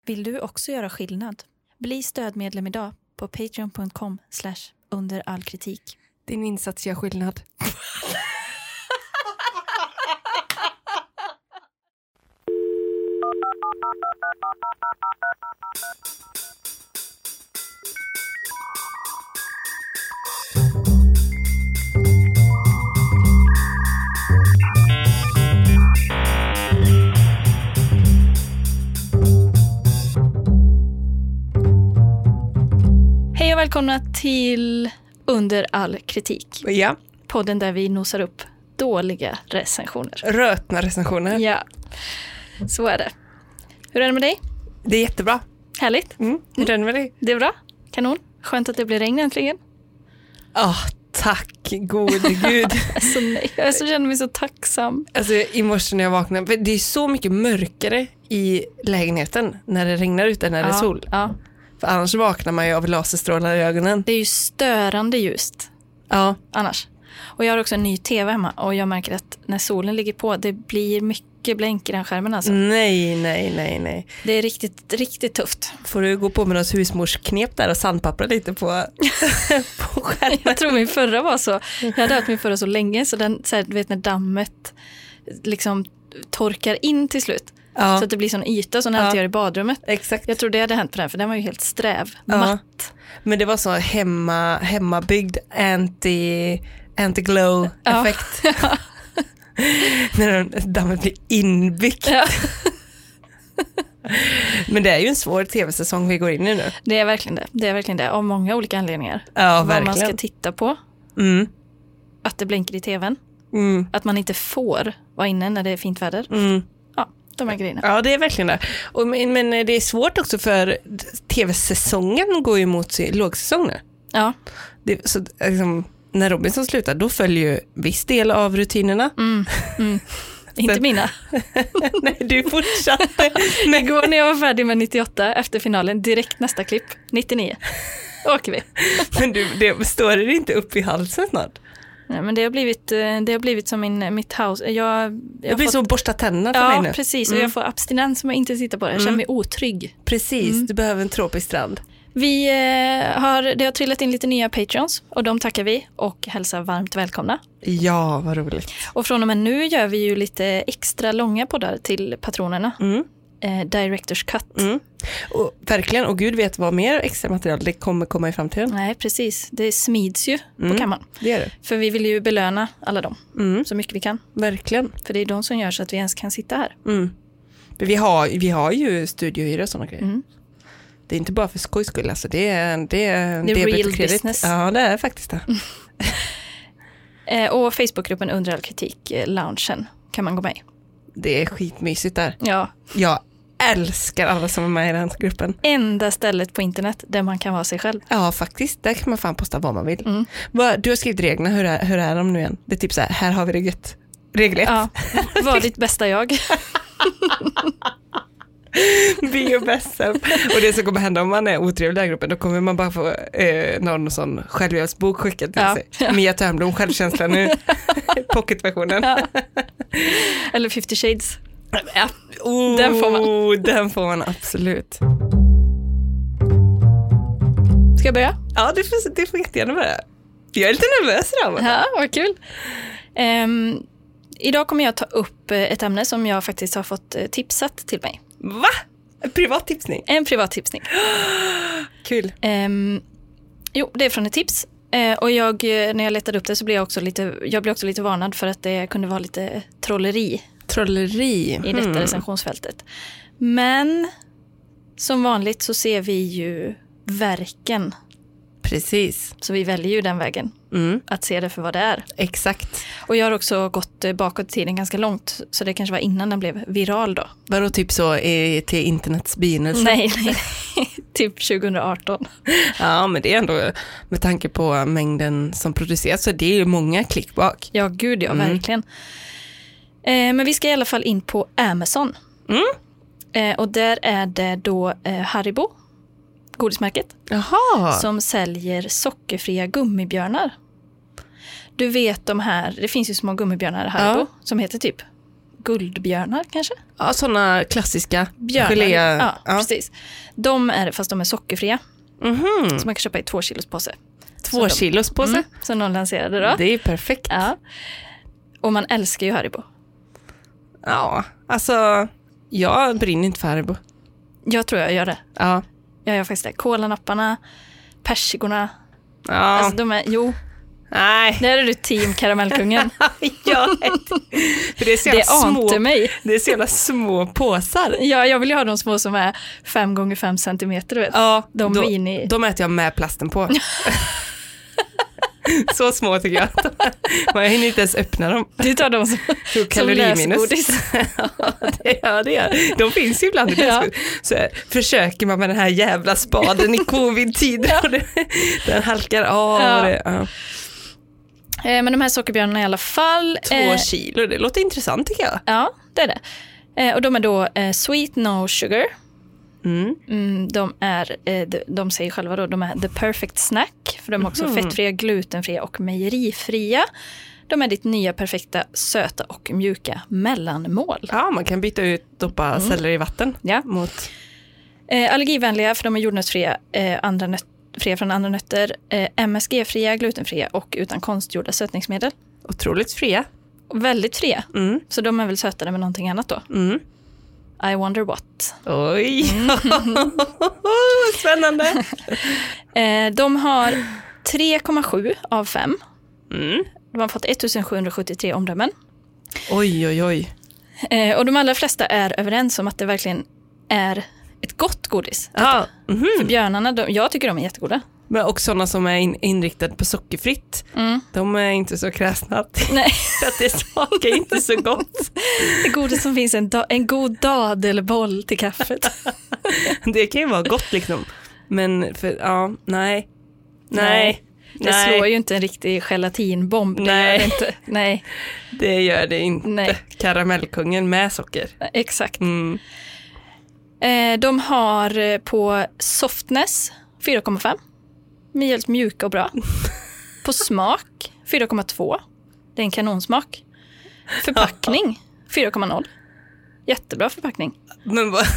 Vill du också göra skillnad? Bli stödmedlem idag på patreon.com/underallkritik. Din insats gör skillnad. Hej och välkomna till Under all kritik. Ja. Podden där vi nosar upp dåliga recensioner. Rötna recensioner. Ja, så är det. Hur är det med dig? Det är jättebra. Härligt. Hur är det med dig? Det är bra. Kanon. Skönt att det blir regn äntligen. Tack gode gud. Alltså nej, jag känner mig så tacksam. Alltså i morse när jag vaknade, för det är så mycket mörkare i lägenheten när det regnar ute än när det är sol. Ja. För annars vaknar man ju av laserstrålar i ögonen. Det är ju störande ljust. Ja. Annars. Och jag har också en ny tv hemma och jag märker att när solen ligger på, det blir mycket blänk i den skärmen alltså. Nej. Det är riktigt, riktigt tufft. Får du gå på med något husmorsknep där och sandpappra lite på skärmen? Jag tror min förra var så. Jag hade haft min förra så länge så den, så här, du vet när dammet liksom torkar in till slut. Ja. Så att det blir sån yta som den alltid gör i badrummet. Exakt. Jag tror det hade hänt på den för den var ju helt sträv, matt. Men det var så hemmabyggd anti-glow-effekt. Ja. När dammet blir inbyggt. Ja. Men det är ju en svår tv-säsong vi går in i nu. Det är verkligen det. Det är verkligen det. Av många olika anledningar. Ja, vad verkligen. man ska titta på. Mm. Att det blänker i tvn. Mm. Att man inte får vara inne när det är fint väder. Mm. Ja, de här grejerna. Ja, det är verkligen det. Men det är svårt också för tv-säsongen går ju mot lågsäsong nu. Ja. Så liksom, när Robinson slutar, då följer ju viss del av rutinerna. Inte mina. Nej, du fortsatte. Igår när jag var färdig med 98 efter finalen, direkt nästa klipp, 99. Åker vi. Men det står det inte upp i halsen snart? Nej, men det har blivit som mitt house. Jag det blir som borsta tänderna för mig nu. Ja, precis. Och jag får abstinens om jag inte tittar på det. Jag känner mig otrygg. Precis, du behöver en tropisk strand. Det har trillat in lite nya Patreons och de tackar vi och hälsar varmt välkomna. Ja, vad roligt. Och från och med nu gör vi ju lite extra långa poddar till patronerna. Director's Cut. Och verkligen, och Gud vet vad mer extra material det kommer komma i framtiden. Nej, precis. Det smids ju på kammaren. Det är det. För vi vill ju belöna alla dem så mycket vi kan. Verkligen. För det är de som gör så att vi ens kan sitta här. Men vi har ju studiohyra och sådana grejer. Det är inte bara för skojs skull. Alltså det är real business. Ja, det är faktiskt det. Och Facebookgruppen Under all kritik, loungen, kan man gå med i. Det är skitmysigt där. Ja. Jag älskar alla som är med i den gruppen. Enda stället på internet där man kan vara sig själv. Ja, faktiskt. Där kan man fan posta vad man vill. Du har skrivit reglerna. Hur är de nu igen? Det är typ så här har vi det gött. Regel 1. Ja. Var ditt bästa jag. Be your best self. Och det som kommer hända om man är otrevlig i gruppen, då kommer man bara få någon sån självhjälpsbok skickad till sig. Ja. Mia Törnblom, självkänsla nu. Pocketversionen. Ja. Eller 50 Shades. Ja. Den får man absolut. Ska jag börja? Ja, det får jättegärna börja. Jag är lite nervös idag. Ja, vad kul. Idag kommer jag ta upp ett ämne som jag faktiskt har fått tipsat till mig. Va? En privat tipsning? En privat tipsning. Kul. Jo, det är från ett tips. Och när jag letade upp det så blev jag också lite varnad för att det kunde vara lite trolleri i detta recensionsfältet. Men som vanligt så ser vi ju verken. Precis. Så vi väljer ju den vägen. Att se det för vad det är. Exakt. Och jag har också gått bakåt i tiden ganska långt. Så det kanske var innan den blev viral då. Vadå typ så till internets begynnelse? Nej. Typ 2018. Ja, men det är ändå med tanke på mängden som produceras så det är ju många klick bak. Ja, gud ja, verkligen. Men vi ska i alla fall in på Amazon. Och där är det då Haribo, godismärket. Jaha. Som säljer sockerfria gummibjörnar. Du vet de här, det finns ju små gummibjörnar Haribo som heter typ guldbjörnar kanske? Ja, sådana klassiska björnar. Gelé. Ja, precis. De är fast de är sockerfria. Så man kan köpa i 2 kilos påse. 2 kilos påse? Som de lanserade då. Det är perfekt. Ja. Och man älskar ju Haribo. Ja, alltså jag brinner inte för Haribo. Jag tror jag gör det. Ja. Jag gör faktiskt det. Kolanapparna, persikorna. Ja. Alltså de är, Nej. Där är du team karamellkungen. Ja, för det är så jävla ante mig. Det är så jävla små påsar. Ja, jag vill ju ha de små som är 5 x 5 centimeter, du vet. Ja, de äter jag med plasten på. Så små tycker jag. Man hinner inte ens öppna dem. Du tar dem som lösgodis. Ja, det är. De finns ju ibland i lösgodis. Så försöker man med den här jävla spaden i covid-tiden. Den halkar av. Ja. Men de här sockerbjörnarna i alla fall. 2 kilo, det låter intressant tycker jag. Ja, det är det. Och de är då sweet no sugar. De säger själva då, de är the perfect snack. För de är också fettfria, glutenfria och mejerifria. De är ditt nya perfekta söta och mjuka mellanmål. Ja, man kan byta ut doppa celler i vatten. Ja. Mot... allergivänliga, för de är jordnötsfria, fria från andra nötter, MSG-fria, glutenfria och utan konstgjorda sötningsmedel. Otroligt fria. Och väldigt fria. Så de är väl sötare med någonting annat då. I wonder what. Oj, spännande. De har 3,7 av 5. De har fått 1773 omdömen. Oj. Och de allra flesta är överens om att det verkligen är ett gott godis. För björnarna, jag tycker de är jättegoda. Men också sådana som är inriktade på sockerfritt. De är inte så kräsna. Nej. För att det smakar inte så gott. Det godis som finns en god dadelboll till kaffet. Det kan ju vara gott liksom. Men nej. Det slår ju inte en riktig gelatinbomb. Nej. Det gör det inte. Det gör det inte. Karamellkungen med socker. Exakt. De har på softness 4,5. Helt mjuka och bra. På smak 4,2. Det är en kanonsmak. Förpackning 4,0. Jättebra förpackning. Men vad...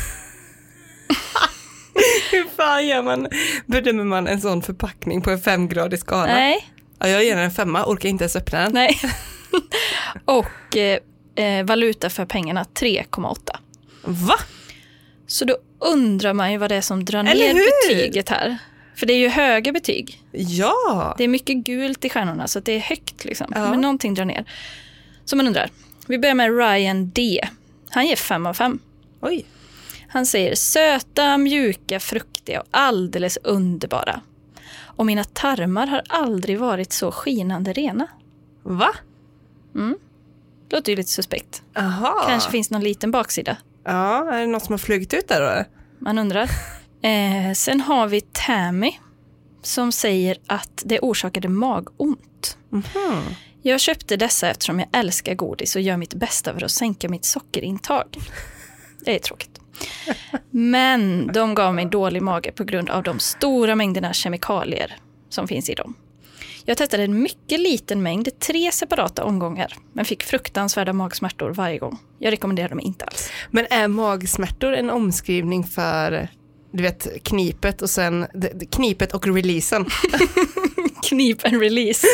Hur fan bedömer man en sån förpackning på en 5-gradig skala? Nej. Ja, jag ger den en 5, orkar inte ens öppna den. Nej. Och valuta för pengarna 3,8. Va? Så då undrar man ju vad det är som drar ner betyget här. För det är ju höga betyg. Ja. Det är mycket gult i stjärnorna så att det är högt liksom. Ja. Men någonting drar ner. Så man undrar. Vi börjar med Ryan D. Han ger 5 av 5. Oj. Han säger söta, mjuka, fruktiga och alldeles underbara. Och mina tarmar har aldrig varit så skinande rena. Va? Låter ju lite suspekt. Aha. Kanske finns någon liten baksida. Ja, är det något som har flugit ut där då? Man undrar. Sen har vi Tammy som säger att det orsakade magont. Jag köpte dessa eftersom jag älskar godis och gör mitt bästa för att sänka mitt sockerintag. Det är tråkigt. Men de gav mig dålig mage på grund av de stora mängderna kemikalier som finns i dem. Jag testade en mycket liten mängd, 3 separata omgångar, men fick fruktansvärda magsmärtor varje gång. Jag rekommenderar dem inte alls. Men är magsmärtor en omskrivning för, du vet, knipet och sen knipet och releasen? Knip and release.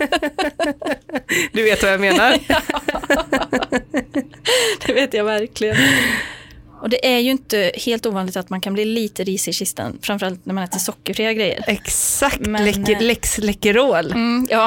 Du vet vad jag menar? Ja. Det vet jag verkligen. Och det är ju inte helt ovanligt att man kan bli lite risig i kistan. Framförallt när man äter sockerfria grejer. Exakt, Läkerol. Ja.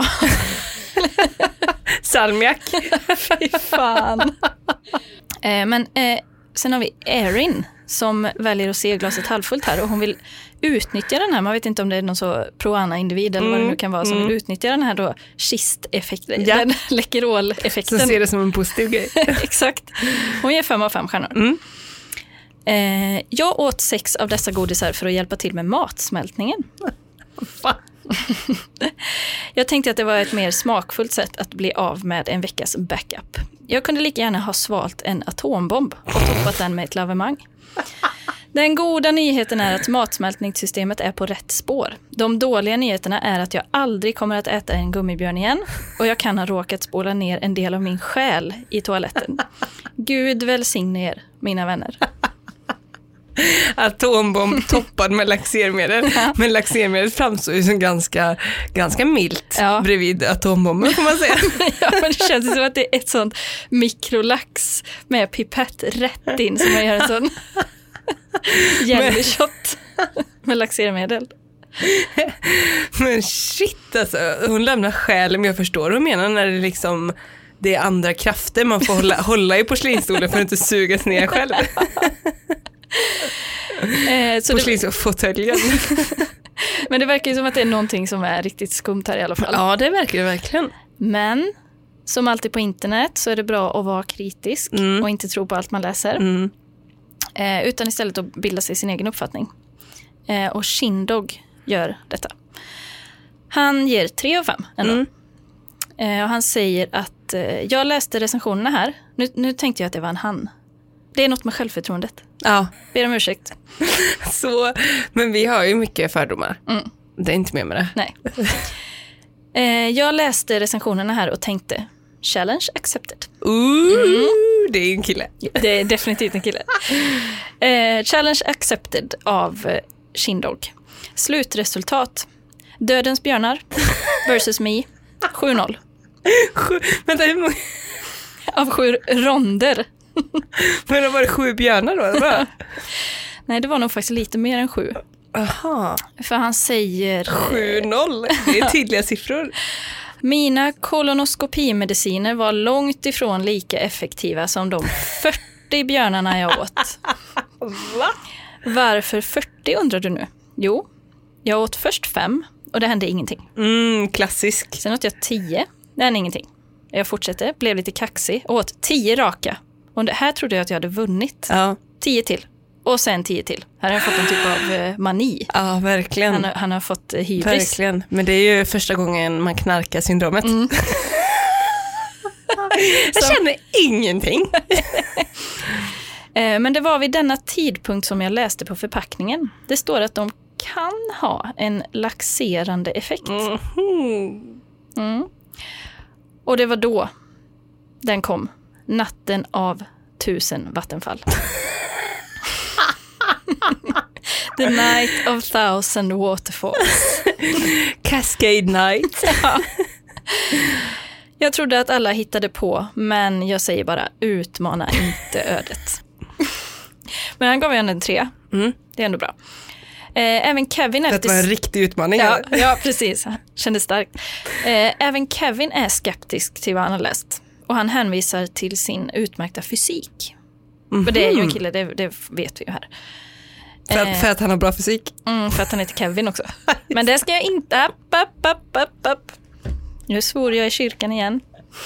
Salmiak. Fy fan. Men sen har vi Erin som väljer att se glaset halvfullt här. Och hon vill utnyttja den här. Man vet inte om det är någon så pro-ana-individ eller vad det nu kan vara som vill utnyttja den här då kisteffekten. Ja. Den Läkerol-effekten. Så ser det som en positiv grej. Exakt. Hon ger 5 av 5 stjärnor. Jag åt 6 av dessa godisar för att hjälpa till med matsmältningen. Jag tänkte att det var ett mer smakfullt sätt att bli av med en veckas backup. Jag kunde lika gärna ha svalt en atombomb och toppat den med ett lavemang. Den goda nyheten är att matsmältningssystemet är på rätt spår. De dåliga nyheterna är att jag aldrig kommer att äta en gummibjörn igen och jag kan ha råkat spola ner en del av min själ i toaletten. Gud välsigne er, mina vänner. Atombomb toppad med laxermedel. Men laxermedel framstår ju som ganska milt bredvid atombomben, får man säga. Ja, men det känns som att det är ett sånt mikrolax med pipett rätt in som man gör en sån jelly shot med laxermedel. Men shit alltså, hon lämnar själen, men jag förstår vad hon menar när det liksom det är andra krafter, man får hålla i porslinsstolen för att inte sugas ner själv. Porslinsfåtöljen. Men det verkar ju som att det är någonting som är riktigt skumt här i alla fall. Ja, det verkar det verkligen. Men som alltid på internet så är det bra att vara kritisk och inte tro på allt man läser. Utan istället att bilda sig sin egen uppfattning. Och Shindog gör detta. Han ger 3 av 5 ändå. Och han säger att jag läste recensionerna här. Nu tänkte jag att det var en han. Det är något med självförtroendet. Ja. Ber om ursäkt. Så, men vi har ju mycket fördomar. Det är inte med det. Nej. Jag läste recensionerna här och tänkte challenge accepted. Det är en kille. Det är definitivt en kille. Challenge accepted av Shindog. Slutresultat. Dödens björnar versus me. 7-0. Vänta, hur många? Av 7 ronder. Men då var det 7 björnar då? Eller? Nej, det var nog faktiskt lite mer än 7. Aha. För han säger 7-0. Det är tydliga siffror. Mina kolonoskopimediciner var långt ifrån lika effektiva som de 40 björnarna jag åt. Va? Varför 40 undrar du nu? Jo, jag åt först 5 och det hände ingenting. Klassisk. Sen åt jag 10, det hände ingenting. Jag fortsatte, blev lite kaxig och åt 10 raka. Och det här trodde jag att jag hade vunnit. Ja. 10 till. Och sen 10 till. Här har jag fått en typ av mani. Ja, verkligen. Han har fått hybris. Verkligen. Men det är ju första gången man knarkar syndromet. Jag känner ingenting. Men det var vid denna tidpunkt som jag läste på förpackningen. Det står att de kan ha en laxerande effekt. Och det var då den kom. Natten av 1000 vattenfall. The night of 1000 waterfalls. Cascade night. Ja. Jag trodde att alla hittade på, men jag säger bara utmana inte ödet. Men han gav ju en 3. Det är ändå bra. Även Kevin är det var en riktig utmaning. Ja, precis. Kändes starkt. Även Kevin är skeptisk till vad han har läst. Och han hänvisar till sin utmärkta fysik. För det är ju en kille, det vet vi ju här. För att han har bra fysik? För att han heter Kevin också. Men det ska jag inte... Upp. Nu svor jag i kyrkan igen.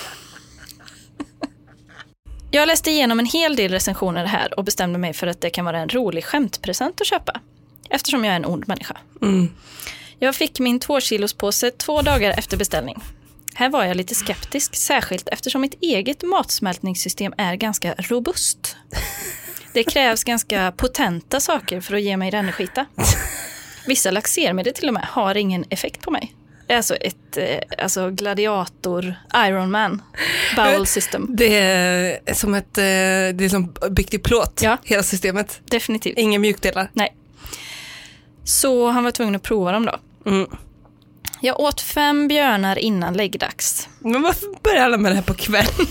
Jag läste igenom en hel del recensioner här och bestämde mig för att det kan vara en rolig skämtpresent att köpa. Eftersom jag är en ond människa. Jag fick min 2-kilospåse 2 dagar efter beställning. Här var jag lite skeptisk, särskilt eftersom mitt eget matsmältningssystem är ganska robust. Det krävs ganska potenta saker för att ge mig rännskita. Vissa laxermedel till och med har ingen effekt på mig. Det är alltså ett gladiator, Iron Man, bowel system. Det är som byggt i plåt, hela systemet. Definitivt. Inga mjukdelar. Nej. Så han var tvungen att prova dem då. Jag åt 5 björnar innan läggdags. Men varför börjar alla med det här på kvällen?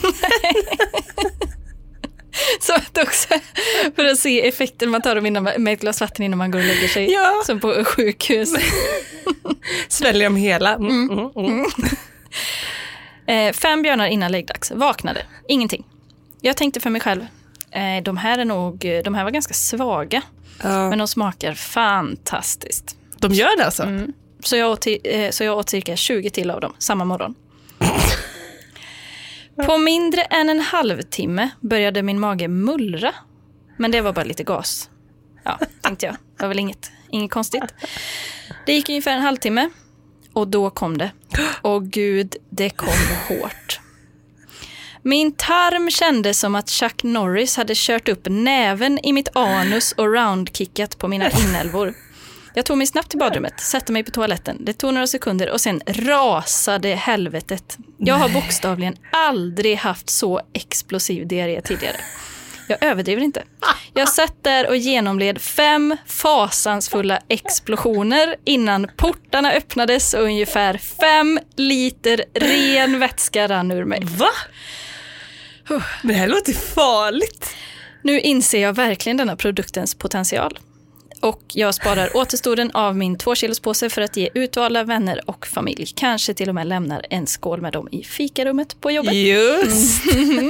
Så att också för att se effekten man tar dem med ett glas vatten innan man går och lägger sig. Ja. Som på sjukhus. Sväljer dem hela. 5 björnar innan läggdags. Vaknade. Ingenting. Jag tänkte för mig själv. De här var ganska svaga. Men de smakar fantastiskt. De gör det alltså? Så jag åt cirka 20 till av dem samma morgon. På mindre än en halvtimme började min mage mullra. Men det var bara lite gas. Ja, tänkte jag. Det var väl inget konstigt. Det gick ungefär en halvtimme. Och då kom det. Och gud, det kom hårt. Min tarm kändes som att Chuck Norris hade kört upp näven i mitt anus och roundkickat på mina inälvor. Jag tog mig snabbt till badrummet, satte mig på toaletten. Det tog några sekunder och sen rasade helvetet. Jag har bokstavligen aldrig haft så explosiv diarré tidigare. Jag överdriver inte. Jag satt där och genomled 5 fasansfulla explosioner innan portarna öppnades och ungefär 5 liter ren vätska rann ur mig. Va? Men det här låter farligt. Nu inser jag verkligen denna produktens potential. Och jag sparar återstoden av min 2-kilospåse för att ge utvalda vänner och familj. Kanske till och med lämnar en skål med dem i fikarummet på jobbet. Just.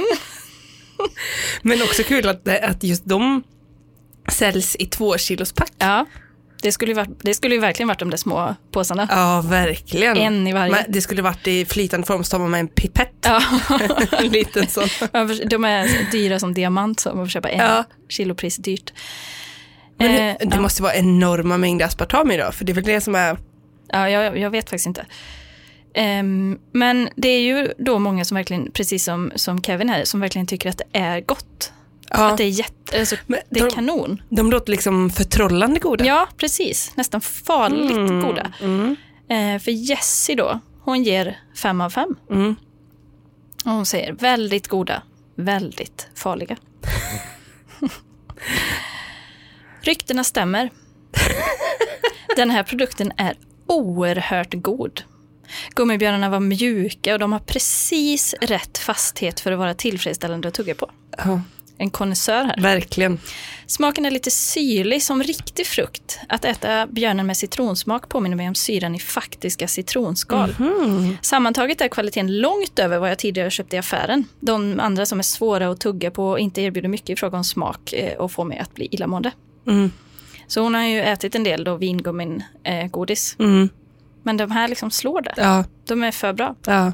Men också kul att just de säljs i 2-kilospack. Ja, det skulle ju verkligen varit de där små påsarna. Ja, verkligen. En i varje. Men det skulle varit i flytande form som med en pipett. Ja. En liten sån. De är dyra som diamant, så man får köpa 1 kilopris dyrt. Men det måste vara enorma mängder aspartam idag, för det är väl det som är... Ja, jag vet faktiskt inte. Men det är ju då många som verkligen, precis som Kevin här, som verkligen tycker att det är gott. Ja. Att det är det är kanon. De låter liksom förtrollande goda. Ja, precis. Nästan farligt goda. För Jessie då, hon ger 5 av 5. Och hon säger väldigt goda, väldigt farliga. Ryktena stämmer. Den här produkten är oerhört god. Gummibjörnarna var mjuka och de har precis rätt fasthet för att vara tillfredsställande att tugga på. En konnässör här. Verkligen. Smaken är lite syrlig som riktig frukt. Att äta björnen med citronsmak påminner mig om syran i faktiska citronskal. Sammantaget är kvaliteten långt över vad jag tidigare köpt i affären. De andra som är svåra att tugga på och inte erbjuder mycket i fråga om smak och får mig att bli illamående. Så hon har ju ätit en del då vingummin godis. Men de här liksom slår det. Ja. De är för bra. Ja.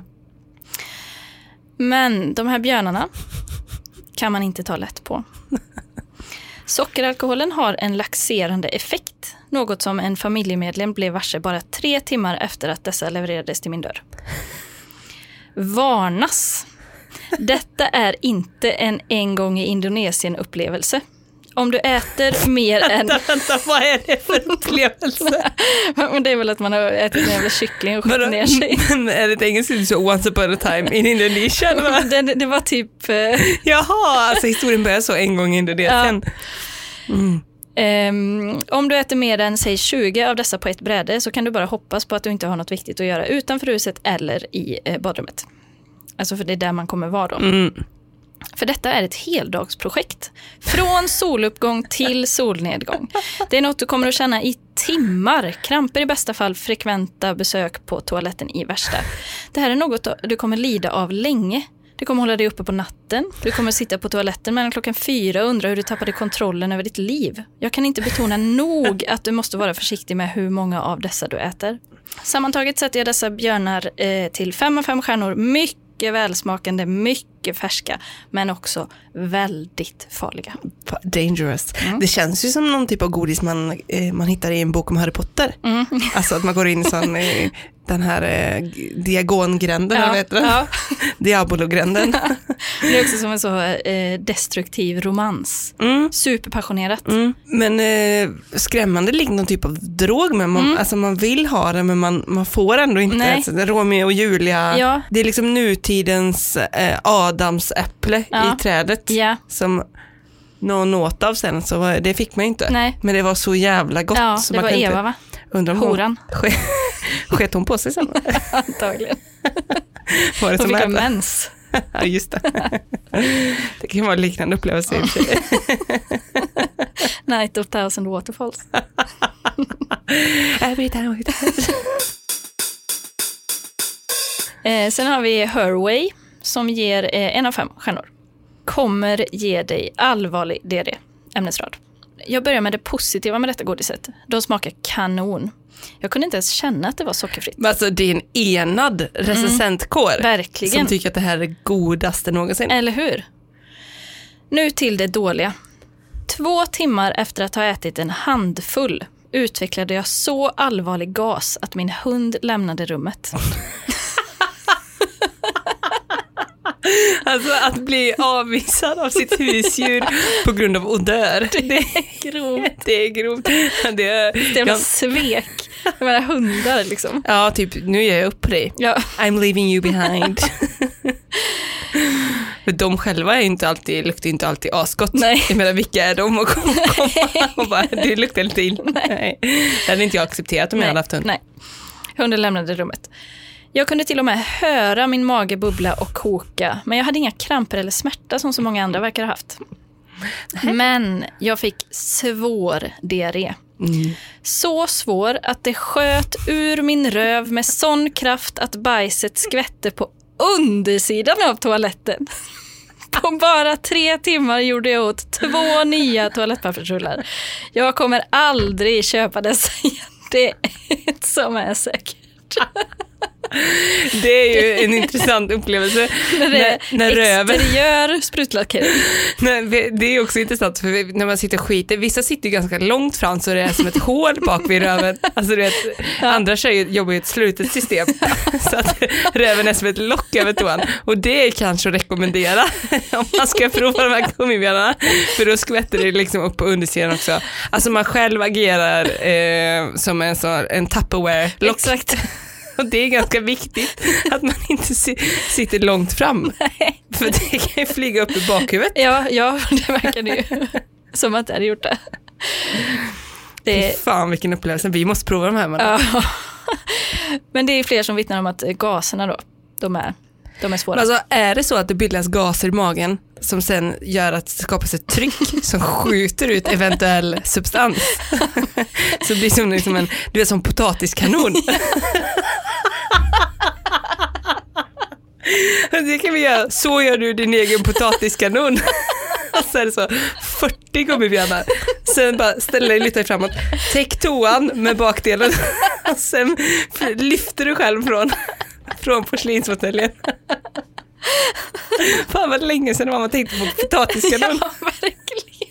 Men de här björnarna kan man inte ta lätt på. Sockeralkoholen har en laxerande effekt. Något som en familjemedlem blev varse bara 3 timmar efter att dessa levererades till min dörr. Varnas! Detta är inte en gång i Indonesien-upplevelse. Om du äter mer än... Vänta, vad är det för upplevelse? Men det är väl att man har ätit en jävla kyckling och skjutit ner sig. Men är det engelskt så once upon a time in Indonesia? Det var typ... Jaha, alltså historien börjar så en gång i Indonesien. Ja. Om du äter mer än, säg 20 av dessa på ett bräde så kan du bara hoppas på att du inte har något viktigt att göra utanför huset eller i badrummet. Alltså för det är där man kommer vara då. För detta är ett heldagsprojekt. Från soluppgång till solnedgång. Det är något du kommer att känna i timmar. Kramper i bästa fall, frekventa besök på toaletten i värsta. Det här är något du kommer lida av länge. Du kommer hålla dig uppe på natten. Du kommer sitta på toaletten mellan 4:00 och undra hur du tappade kontrollen över ditt liv. Jag kan inte betona nog att du måste vara försiktig med hur många av dessa du äter. Sammantaget sätter jag dessa björnar till 5 av 5 stjärnor. Mycket välsmakande, mycket färska, men också väldigt farliga. Dangerous. Det känns ju som någon typ av godis man hittar i en bok om Harry Potter. Alltså att man går in i den här diagongränden, vet du? Ja. Diabologränden. Det är också som en så destruktiv romans. Superpassionerat. Men skrämmande ligger någon typ av drog med. Alltså man vill ha det, men man får ändå inte. Alltså, Romeo och Julia. Ja. Det är liksom nutidens Adams äpple i trädet. Ja. Som någon åt av sen, så det fick man inte. Nej. Men det var så jävla gott. Ja, så det man var kan Eva, inte va? Undra om horan. Sket hon på sig sen? Antagligen. Var det hon som fick mens. Ja, just det. Det kan vara en liknande upplevelse i och för sig. Night of Thousand Waterfalls. Every time we dance. Sen har vi Herway som ger 1 av 5 stjärnor. Kommer ge dig allvarlig diarré. Ämnesrad. Jag börjar med det positiva med detta godiset. De smakar kanon. Jag kunde inte ens känna att det var sockerfritt. Alltså det är en enad recensentkår. Verkligen. Som tycker att det här är godaste någonsin. Eller hur? Nu till det dåliga. 2 timmar efter att ha ätit en handfull utvecklade jag så allvarlig gas att min hund lämnade rummet. Alltså att bli avvisad av sitt husdjur på grund av odör. Det är grovt. Det är grovt. Det är svek. Jag menar hundar liksom. Ja, typ nu ger jag upp på dig. Ja. I'm leaving you behind. För de själva är inte alltid, luktar inte alltid asgott. Nej. Jag menar, vilka är de och komma och bara, det luktar lite illa. Nej. Det hade inte jag accepterat om jag hade haft hund. Nej. Hunden lämnade rummet. Jag kunde till och med höra min mage bubbla och koka, men jag hade inga kramper eller smärta som så många andra verkar ha haft. Men jag fick svår diarré. Så svår att det sköt ur min röv med sån kraft att bajset skvätte på undersidan av toaletten. På bara 3 timmar gjorde jag åt 2 nya toalettpappersrullar. Jag kommer aldrig köpa dessa igen. Det är ett som är säkert. Det är ju en intressant upplevelse när röven exteriör sprutlackering. Det är också intressant för när man sitter och skiter, vissa sitter ganska långt fram så det är som ett hål bak vid röven. Alltså du vet, andra jobbar ju ett slutet system så att röven är som ett lock över toan, och det är kanske att rekommendera om man ska prova de här gummibjörnarna, för då skvätter det liksom upp på undersidan också. Alltså man själv agerar som en Tupperware-lock. Exakt. Och det är ganska viktigt att man inte sitter långt fram. Nej. För det kan ju flyga upp i bakhuvudet. Ja, det verkar det ju som att det hade gjort det. Fan vilken upplevelse, vi måste prova de här. Ja. Men det är fler som vittnar om att gaserna då, de är svåra. Alltså är det så att det bildas gaser i magen som sen gör att det skapas ett tryck som skjuter ut eventuell substans, så blir det som liksom du är som potatiskanon. Det kan vi göra. Så gör du din egen potatiskanon. Så är det så 40 gummibjörnar. Sen bara ställer dig lite framåt. Täck toan med bakdelen. Och sen lyfter du själv från porslinsfåtöljen. Fan vad länge sedan man tänkte på potatiskanon. Ja, verkligen.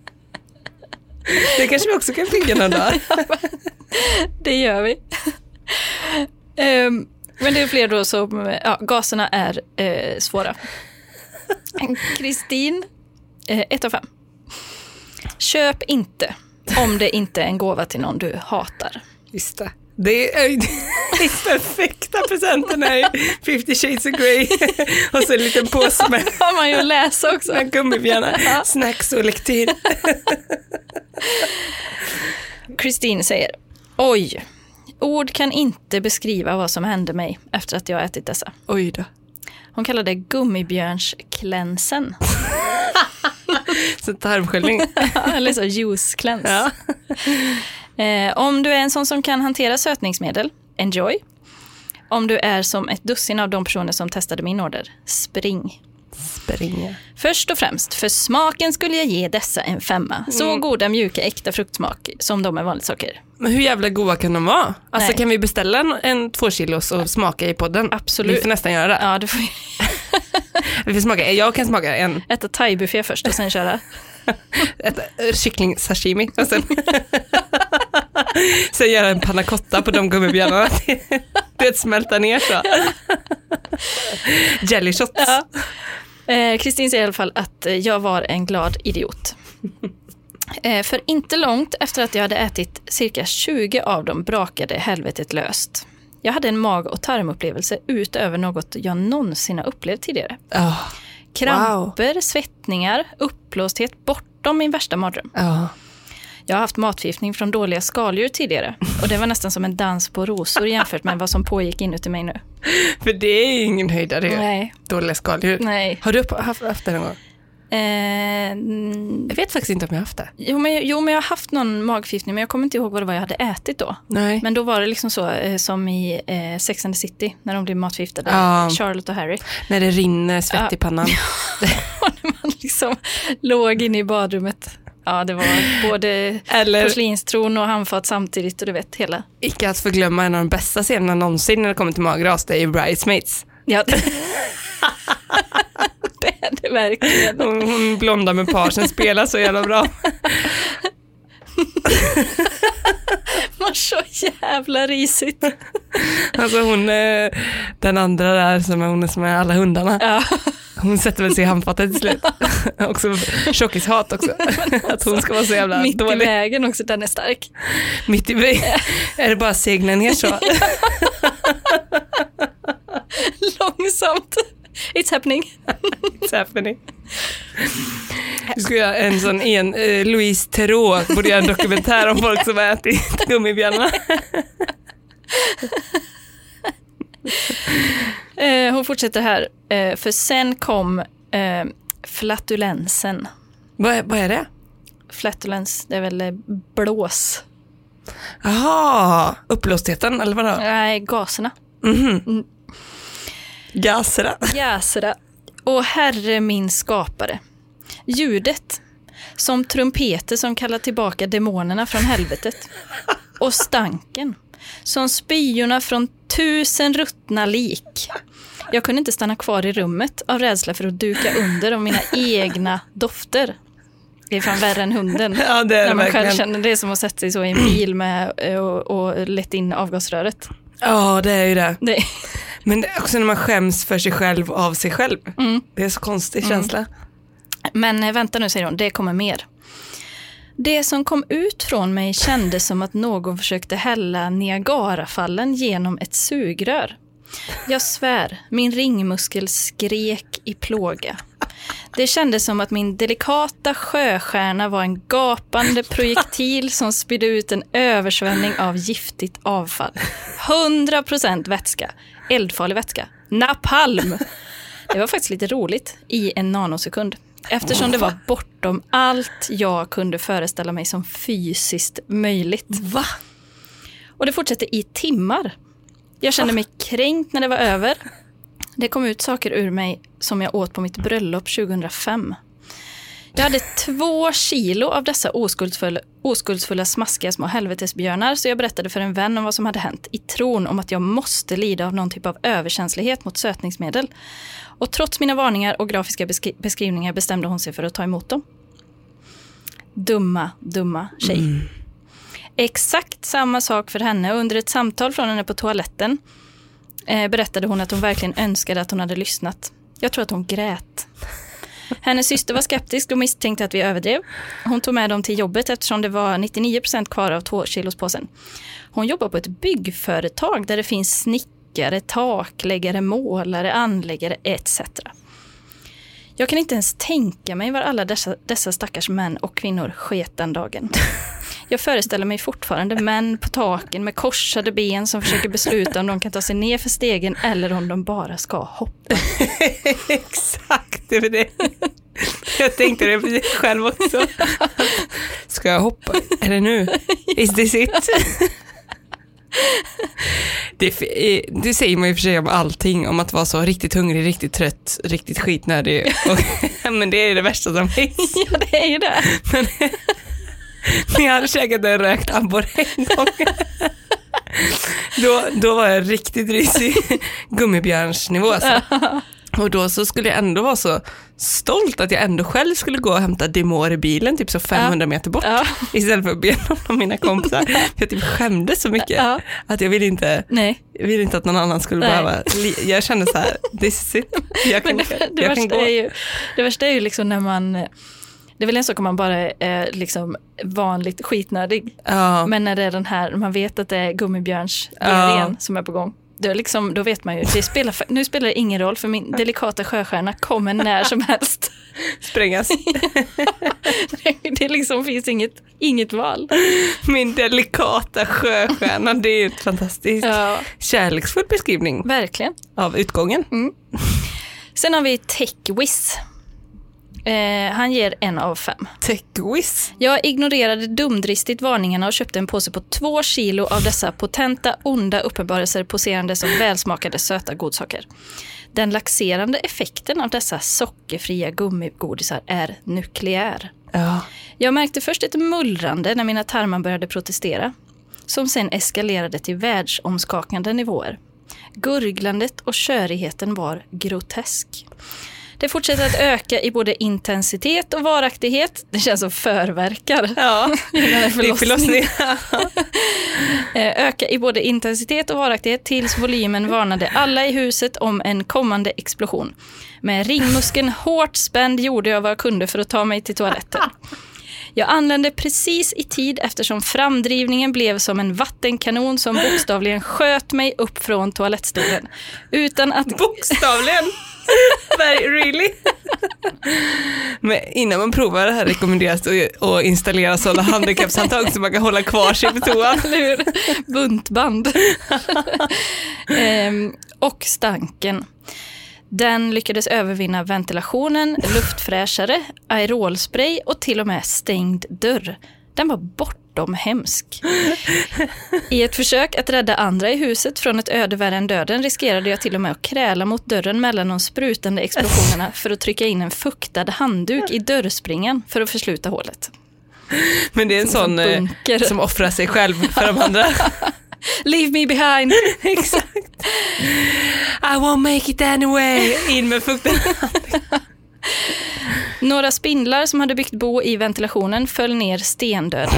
Det kanske vi också kan flyga någon dag. Det gör vi. Men det är fler då som, gaserna är svåra. Kristin, 1 av 5. Köp inte om det inte är en gåva till någon du hatar. Just det. Det är perfekta presenten här. 50 Shades of Grey. Och så en liten påse med har man ju läsa också. Med gummibjörnar, snacks och lektyr. Kristin säger: oj, ord kan inte beskriva vad som hände mig efter att jag ätit dessa. Oj då. Hon kallar det gummibjörnsklänsen. Så tarmsköljning. Eller så juicekläns. Ja. Om du är en sån som kan hantera sötningsmedel, enjoy. Om du är som ett dussin av de personer som testade min order, spring. Först och främst, för smaken skulle jag ge dessa en 5. Så goda, mjuka, äkta fruktsmak som de är vanligt socker. Men hur jävla goda kan de vara? Alltså Nej. Kan vi beställa en 2 kilos och smaka i podden? Absolut. Vi får nästan göra det. Ja, det får vi. Vi får smaka. Jag kan smaka en. Äta thai-buffé först och sen köra. Äta kyckling-sashimi och sen göra en panna cotta på de gummibjörnarna. Det smälta ner så. Jelly shots. Ja. Kristin säger i alla fall att jag var en glad idiot. För inte långt efter att jag hade ätit cirka 20 av dem brakade helvetet löst. Jag hade en mag- och tarmupplevelse utöver något jag någonsin har upplevt tidigare. Kramper, svettningar, uppblåsthet bortom min värsta mardröm. Jag har haft matförgiftning från dåliga skaldjur tidigare. Och det var nästan som en dans på rosor jämfört med vad som pågick inuti mig nu. För det är ingen höjdare. Nej. Dåliga skaldjur. Nej. Har du haft det någon gång? Jag vet faktiskt inte om jag har haft det. Jo, men jag har haft någon magförgiftning, men jag kommer inte ihåg vad det var jag hade ätit då. Nej. Men då var det liksom så som i Sex and the City när de blev matförgiftade, Charlotte och Harry. När det rinner svett i pannan. När man liksom låg inne i badrummet. Ja, det var både porslinstron och handfat samtidigt och du vet hela. Icke att förglömma en av de bästa scenerna någonsin när det kommer till magras, det är Bridesmaids. Ja, det är det verkligen. Hon blonda med parsen spelar så jävla bra. Man så jävla risigt. Alltså hon är den andra där som är hon som är alla hundarna. Ja. Hon sätter väl sig i handfatet till slut. Också tjockishat också. Att hon ska vara så jävla mitt dålig. Mitt i vägen också, den är stark. Mitt i vägen? Är det bara segna ner så? Långsamt. It's happening. It's happening. Du ska göra en sån Louise Theroux borde göra en dokumentär om folk som har ätit gummibjörnarna. Hon fortsätter här. För sen kom flatulensen. Vad är det? Flatulens, det är väl blås. Jaha, uppblåstheten eller vadå? Nej, gaserna. Mm. Gaserna. Och herre min skapare. Ljudet som trumpeter som kallar tillbaka demonerna från helvetet. Och stanken som spyorna från 1000 ruttna lik. Jag kunde inte stanna kvar i rummet av rädsla för att duka under av mina egna dofter. Det är fan värre än hunden. Ja, det är när man verkligen. Själv känner det som att sätta sig så i en bil med och lett in avgasröret. Ja, det är ju det. Men det är också när man skäms för sig själv av sig själv. Det är så konstig känsla. Men vänta nu, säger hon, det kommer mer. Det som kom ut från mig kändes som att någon försökte hälla Niagarafallen genom ett sugrör. Jag svär, min ringmuskel skrek i plåga. Det kändes som att min delikata sjöstjärna var en gapande projektil som spydde ut en översvämning av giftigt avfall. 100% vätska, eldfarlig vätska, napalm. Det var faktiskt lite roligt i en nanosekund. Eftersom det var bortom allt jag kunde föreställa mig som fysiskt möjligt. Va? Och det fortsatte i timmar. Jag kände mig kränkt när det var över. Det kom ut saker ur mig som jag åt på mitt bröllop 2005. Jag hade 2 kilo av dessa oskuldsfulla smaskiga små helvetesbjörnar, så jag berättade för en vän om vad som hade hänt i tron om att jag måste lida av någon typ av överkänslighet mot sötningsmedel. Och trots mina varningar och grafiska beskrivningar bestämde hon sig för att ta emot dem. Dumma tjej. Exakt samma sak för henne. Under ett samtal från henne på toaletten berättade hon att hon verkligen önskade att hon hade lyssnat. Jag tror att hon grät. Hennes syster var skeptisk och misstänkte att vi överdrev. Hon tog med dem till jobbet eftersom det var 99% kvar av 2 kilos påsen. Hon jobbar på ett byggföretag där det finns snickare, takläggare, målare, anläggare etc. Jag kan inte ens tänka mig var alla dessa stackars män och kvinnor sket den dagen. Jag föreställer mig fortfarande män på taken med korsade ben som försöker besluta om de kan ta sig ner för stegen eller om de bara ska hoppa. Exakt, det är det. Jag tänkte det precis själv också. Ska jag hoppa? Är det nu? Is this it? Det säger man ju för sig om allting, om att vara så riktigt hungrig, riktigt trött, riktigt skitnödig. Men det är det värsta som finns. Ja, det är ju det. Men ni hade käkat en rökt abborre en gång. Då var jag riktigt risig gummibjörnsnivå. Alltså. Och då så skulle jag ändå vara så stolt att jag ändå själv skulle gå och hämta Dimor i bilen typ så 500 meter bort. Istället för att be någon av mina kompisar. Jag typ skämdes så mycket att jag ville inte att någon annan skulle behöva. Jag kände så här, this is it. Det värsta är ju liksom när man... Det är väl en sak om man bara är liksom vanligt skitnödig. Men när det är den här, man vet att det är gummibjörns som är på gång. Då vet man ju, nu spelar det ingen roll för min delikata sjöstjärna kommer när som helst. Sprängas. Det liksom finns inget val. Min delikata sjöstjärna, det är ett fantastiskt kärleksfull beskrivning. Verkligen. Av utgången. Sen har vi TechWiz. Han ger 1 av 5. TechWiz. Jag ignorerade dumdristigt varningarna och köpte en påse på 2 kilo av dessa potenta, onda uppenbarelser poserande som välsmakade söta godsaker. Den laxerande effekten av dessa sockerfria gummigodisar är nukleär. Jag märkte först ett mullrande när mina tarmar började protestera, som sen eskalerade till världsomskakande nivåer. Gurglandet och körigheten var grotesk. Det fortsätter att öka i både intensitet och varaktighet. Det känns som förverkar. Ja, det är förlossning. öka i både intensitet och varaktighet tills volymen varnade alla i huset om en kommande explosion. Med ringmuskeln hårt spänd gjorde jag vad jag kunde för att ta mig till toaletten. Jag anlände precis i tid eftersom framdrivningen blev som en vattenkanon som bokstavligen sköt mig upp från toalettstolen. Utan att... Bokstavligen? Really? Men innan man provar det här rekommenderas att installera sådana handikappshandtag så man kan hålla kvar sig på toan. Buntband. Och stanken. Den lyckades övervinna ventilationen, luftfräschare, aerolspray och till och med stängd dörr. Den var bortom hemsk. I ett försök att rädda andra i huset från ett öde värre än döden riskerade jag till och med att kräla mot dörren mellan de sprutande explosionerna för att trycka in en fuktad handduk i dörrspringen för att försluta hålet. Men det är en sån som offrar sig själv för de andra. Leave me behind. Exakt. I won't make it anyway. In med fukten. Några spindlar som hade byggt bo i ventilationen föll ner stendöda.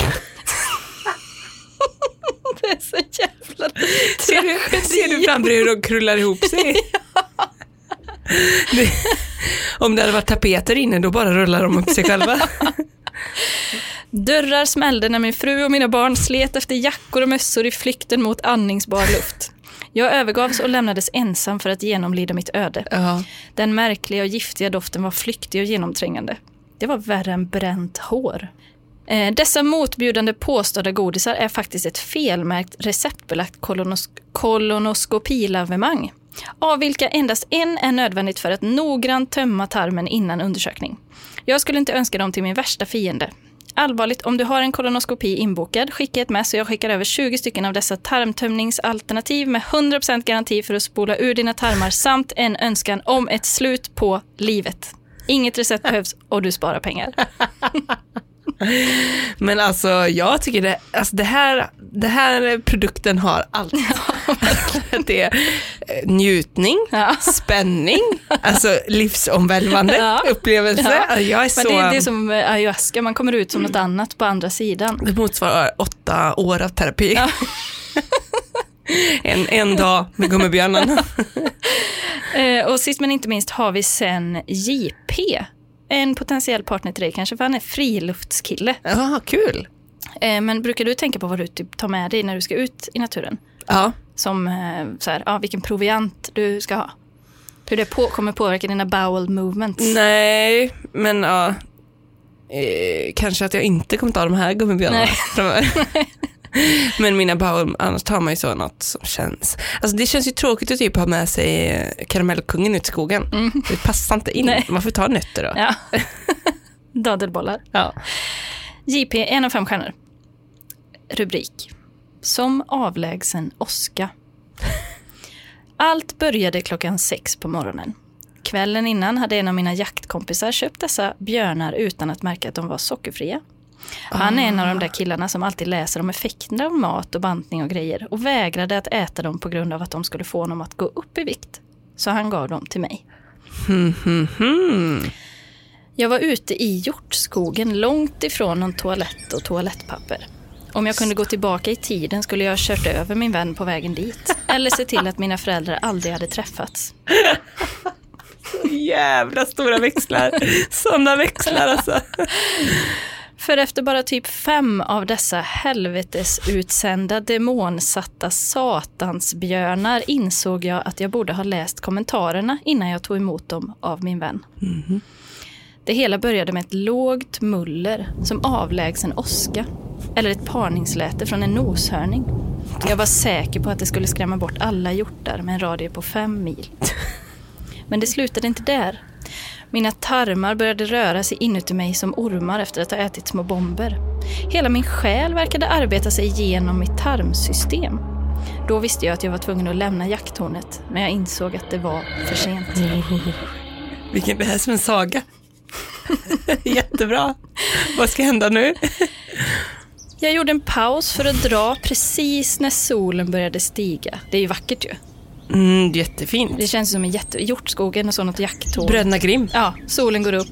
Det är så jävla... Ser du framför hur de krullar ihop sig? Om det hade varit tapeter inne då bara rullar de upp sig själva. Dörrar smällde när min fru och mina barn slet efter jackor och mössor i flykten mot andningsbar luft. Jag övergavs och lämnades ensam för att genomlida mitt öde. Den märkliga och giftiga doften var flyktig och genomträngande. Det var värre än bränt hår. Dessa motbjudande påstådda godisar är faktiskt ett felmärkt receptbelagt kolonoskopilavemang. Av vilka endast en är nödvändigt för att noggrant tömma tarmen innan undersökning. Jag skulle inte önska dem till min värsta fiende. Allvarligt, om du har en kolonoskopi inbokad, skicka ett mess och jag skickar över 20 stycken av dessa tarmtömningsalternativ med 100% garanti för att spola ur dina tarmar samt en önskan om ett slut på livet. Inget recept behövs och du sparar pengar. Men alltså jag tycker det här produkten har allt. Det är njutning, spänning, alltså livsomvälvande upplevelse. Jag är så... Men det är som ayahuasca, man kommer ut som något annat på andra sidan. Det motsvarar 8 år av terapi. Ja. en dag med gummibjörnen. Och sist men inte minst har vi sen JP. En potentiell partner till dig kanske, för han är friluftskille. Ja, kul. Men brukar du tänka på vad du typ tar med dig när du ska ut i naturen? Ja. Som så här, vilken proviant du ska ha. Hur det kommer påverka dina bowel movements. Nej, men kanske att jag inte kommer ta de här gummibjörnarna. Men mina bowel, annars tar man ju så något som känns. Alltså det känns ju tråkigt att typ ha med sig karamellkungen ut i skogen. Det passar inte in. Nej. Man får ta nötter då. Ja. Dadelbollar. Ja. JP 1 av 5 stjärnor. Rubrik: Som avlägsen åska. Allt började 6:00 på morgonen. Kvällen innan hade en av mina jaktkompisar köpt dessa björnar utan att märka att de var sockerfria. Han är en av de där killarna som alltid läser om effekterna av mat och bantning och grejer och vägrade att äta dem på grund av att de skulle få honom att gå upp i vikt. Så han gav dem till mig. Jag var ute i hjortskogen långt ifrån någon toalett och toalettpapper. Om jag kunde gå tillbaka i tiden skulle jag ha kört över min vän på vägen dit. Eller se till att mina föräldrar aldrig hade träffats. Så jävla stora växlar. Sådana växlar alltså. För efter bara typ 5 av dessa helvetesutsända demonsatta satansbjörnar insåg jag att jag borde ha läst kommentarerna innan jag tog emot dem av min vän. Det hela började med ett lågt muller som avlägsen åska. Eller ett parningsläte från en noshörning. Jag var säker på att det skulle skrämma bort alla hjortar med en radie på 5 mil. Men det slutade inte där. Mina tarmar började röra sig inuti mig som ormar efter att ha ätit små bomber. Hela min själ verkade arbeta sig igenom mitt tarmsystem. Då visste jag att jag var tvungen att lämna jakttornet, men jag insåg att det var för sent. Vilken det här är som en saga. Jättebra. Vad ska hända nu? Jag gjorde en paus för att dra precis när solen började stiga. Det är ju vackert ju. Jättefint. Det känns som en hjortskogen och så något jakttåg. Bröderna Grimm. Ja, solen går upp.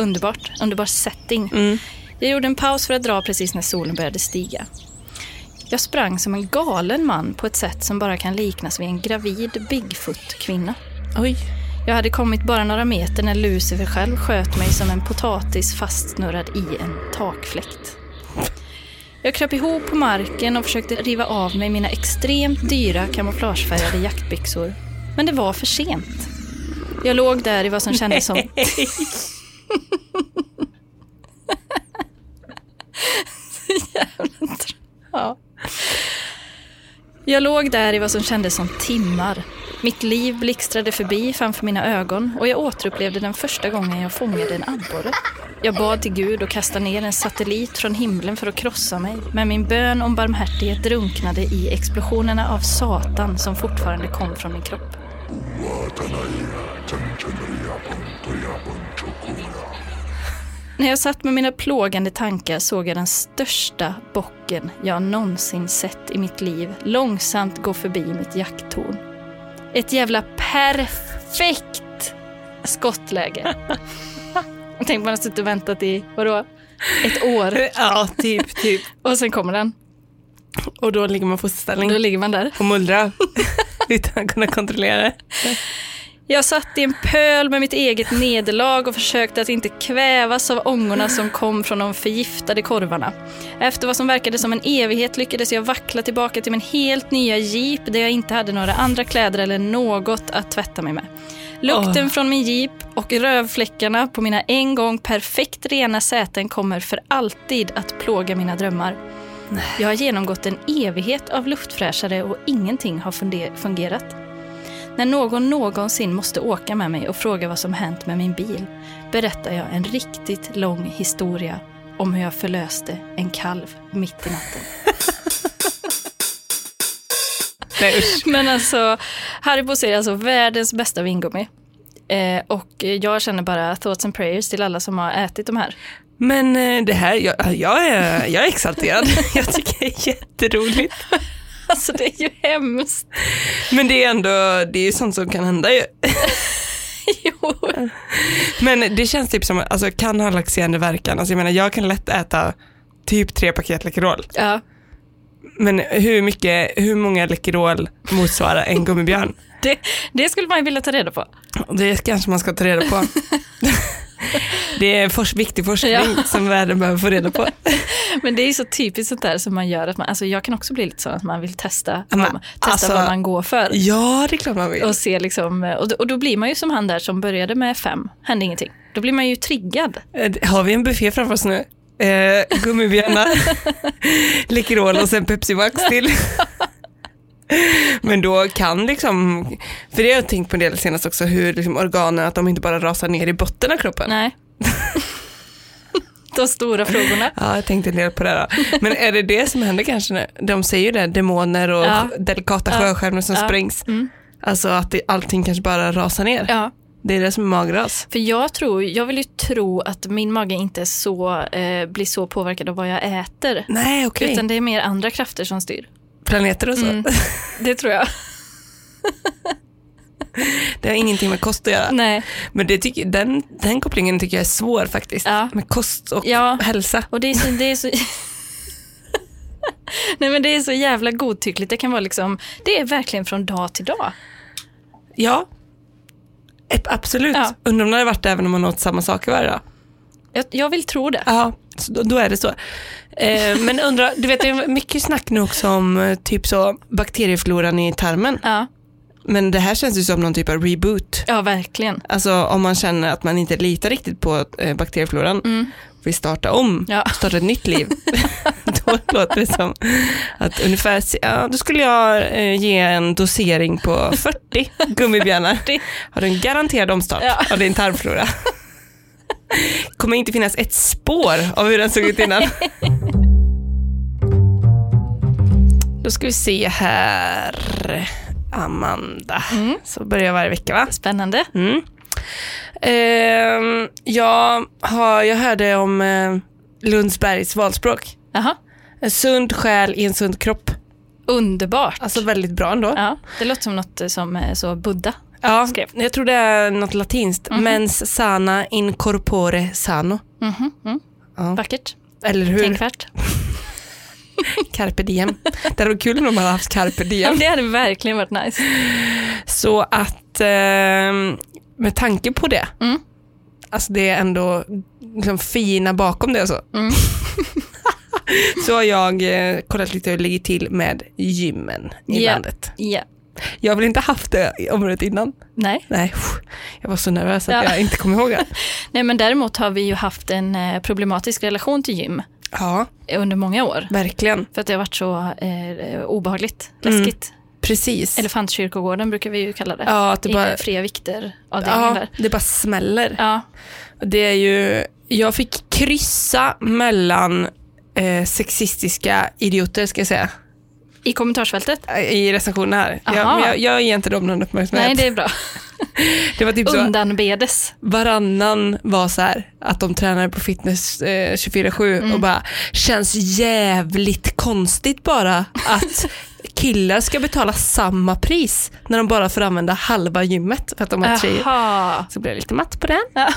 Underbar setting. Jag gjorde en paus för att dra precis när solen började stiga. Jag sprang som en galen man på ett sätt som bara kan liknas vid en gravid Bigfoot-kvinna. Oj. Jag hade kommit bara några meter när Lucifer själv sköt mig som en potatis fastsnurrad i en takfläkt. Jag kröp ihop på marken och försökte riva av mig mina extremt dyra kamouflagefärgade jaktbyxor. Men det var för sent. Jag låg där i vad som kändes som... Ja. Jag låg där i vad som kändes som timmar. Mitt liv blixtrade förbi framför mina ögon och jag återupplevde den första gången jag fångade en abborre. Jag bad till Gud och kastade ner en satellit från himlen för att krossa mig. Men min bön om barmhärtighet drunknade i explosionerna av Satan som fortfarande kom från min kropp. När jag satt med mina plågande tankar såg jag den största bocken jag någonsin sett i mitt liv långsamt gå förbi mitt jakttorn. Ett jävla perfekt skottläge. Jag tänkte man har suttit och väntat i, vadå? Ett år. Ja, typ. Och sen kommer den. Och då ligger man på ställning. Då ligger man där. Och mullrar. Utan att kunna kontrollera det. Jag satt i en pöl med mitt eget nederlag och försökte att inte kvävas av ångorna som kom från de förgiftade korvarna. Efter vad som verkade som en evighet lyckades jag vackla tillbaka till min helt nya jeep där jag inte hade några andra kläder eller något att tvätta mig med. Lukten från min jeep och rövfläckarna på mina en gång perfekt rena säten kommer för alltid att plåga mina drömmar. Nej. Jag har genomgått en evighet av luftfräschare och ingenting har fungerat. När någon någonsin måste åka med mig och fråga vad som hänt med min bil berättar jag en riktigt lång historia om hur jag förlöste en kalv mitt i natten. Men alltså, Haribo är alltså världens bästa vingummi. Och jag känner bara thoughts and prayers till alla som har ätit de här. Men det här, jag är exalterad. Jag tycker det är jätteroligt. Alltså det är ju hemskt. Men det är ändå, det är ju sånt som kan hända ju. Jo. Men det känns typ som, alltså kan ha laxerande verkan. Alltså jag menar, jag kan lätt äta typ 3 paket Läkerol. Ja. Men hur många Läkerol motsvarar en gummibjörn? Det skulle man ju vilja ta reda på. Det kanske man ska ta reda på. Det är viktig forskning som världen behöver få reda på. Men det är så typiskt sånt där som man gör att man, alltså jag kan också bli lite så att man vill testa vad man går för. Ja, det är klart man vill. Och se liksom, och då blir man ju som han där som började med 5, hände ingenting. Då blir man ju triggad. Har vi en buffé framför oss nu? Gummibjörnar, Läkerol och sen Pepsi Max till. Men då kan liksom, för det har jag tänkt på en del senast också, hur liksom organen, att de inte bara rasar ner i botten av kroppen. Nej. De stora frågorna. Ja, jag tänkte en del på det då. Men är det som händer kanske nu? De säger ju det, demoner och delikata sjöstjärnor som sprängs. Mm. Alltså att allting kanske bara rasar ner. Ja. Det är det som är magras. För jag vill ju tro att min mage inte är så, blir så påverkad av vad jag äter. Nej, okej. Utan det är mer andra krafter som styr. Planeter och så. Det tror jag. Det har ingenting med kost att göra. Nej. Men den kopplingen tycker jag är svår faktiskt. Ja. Med kost och hälsa. Och det är så Nej, men det är så jävla godtyckligt. Det kan vara liksom, det är verkligen från dag till dag. Ja. Absolut. Ja. Undrar om det har varit även om man åt samma saker varje dag. Jag vill tro det. Ja, så då är det så. Men undrar, du vet, det är mycket snack nu också om typ så bakteriefloran i tarmen. Ja. Men det här känns ju som någon typ av reboot. Ja, verkligen. Alltså om man känner att man inte litar riktigt på bakteriefloran, vill starta om, starta ett nytt liv. Då låter det som att ungefär, då skulle jag ge en dosering på 40 gummibjörnar. Har du en garanterad omstart av din tarmflora. Kommer inte finnas ett spår av hur den såg ut innan. Då ska vi se här, Amanda. Så börjar jag varje vecka, va? Spännande. Jag hörde om Lundsbergs valspråk. Aha. En sund själ i en sund kropp. Underbart. Alltså väldigt bra ändå. Ja, det låter som något som så Buddha skrev. Jag tror det är något latinskt. Mens sana in corpore sano. Ja. Vackert. Eller hur? Tänkvärt. Carpe diem. Det hade varit kul om de hade haft carpe diem. Ja, det hade verkligen varit nice. Så att med tanke på det, alltså det är ändå liksom fina bakom det och så. Så har jag kollat lite hur det ligger till med gymmen i landet. Yeah. Jag har väl inte haft det området innan. Nej. Jag var så nervös att jag inte kommer ihåg det. Nej, men däremot har vi ju haft en problematisk relation till gym. Ja. Under många år. Verkligen. För att det har varit så obehagligt, läskigt. Precis. Elefantkyrkogården brukar vi ju kalla det. Ja, att det bara... fria vikter av där. Det bara smäller. Ja. Det är ju... Jag fick kryssa mellan sexistiska idioter, ska jag säga. I kommentarsfältet? I recensionen här. Jag ger inte dem någon uppmärksamhet. Nej, det är bra. Det var typ så. Undanbedes. Varannan var så här att de tränade på fitness 24/7 och bara känns jävligt konstigt bara att killar ska betala samma pris när de bara får använda halva gymmet för att de har tjejer. Så blir jag lite matt på den. Ja.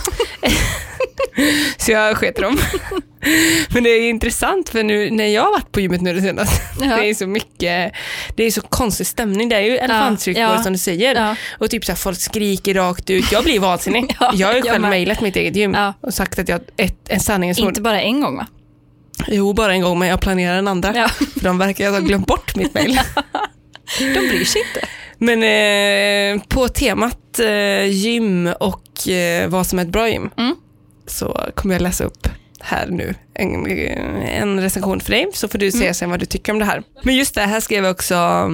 Så jag sket dem. Men det är intressant för nu när jag har varit på gymmet nu det senaste, det är så mycket, det är så konstig stämning. Det är ju elefantkyrkogård som du säger. Ja. Och typ så här, folk skriker rakt ut. Jag blir vansinnig. Jag har ju själv mejlat mitt eget gym och sagt att jag en sanningens ord. Inte bara en gång, va? Jo, bara en gång, men jag planerar en andra. Ja. För de verkar ha glömt bort mitt mejl. De bryr sig inte. Men på temat gym och vad som är ett bra gym så kommer jag läsa upp här nu en recension för dig, så får du säga sen vad du tycker om det här. Men just det här skrev jag också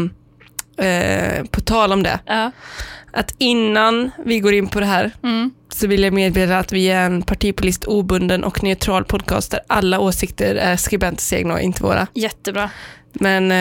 på tal om det. Att innan vi går in på det här så vill jag meddela att vi är en partipolitiskt obunden och neutral podcast där alla åsikter är skribenters egna och inte våra. Jättebra. Men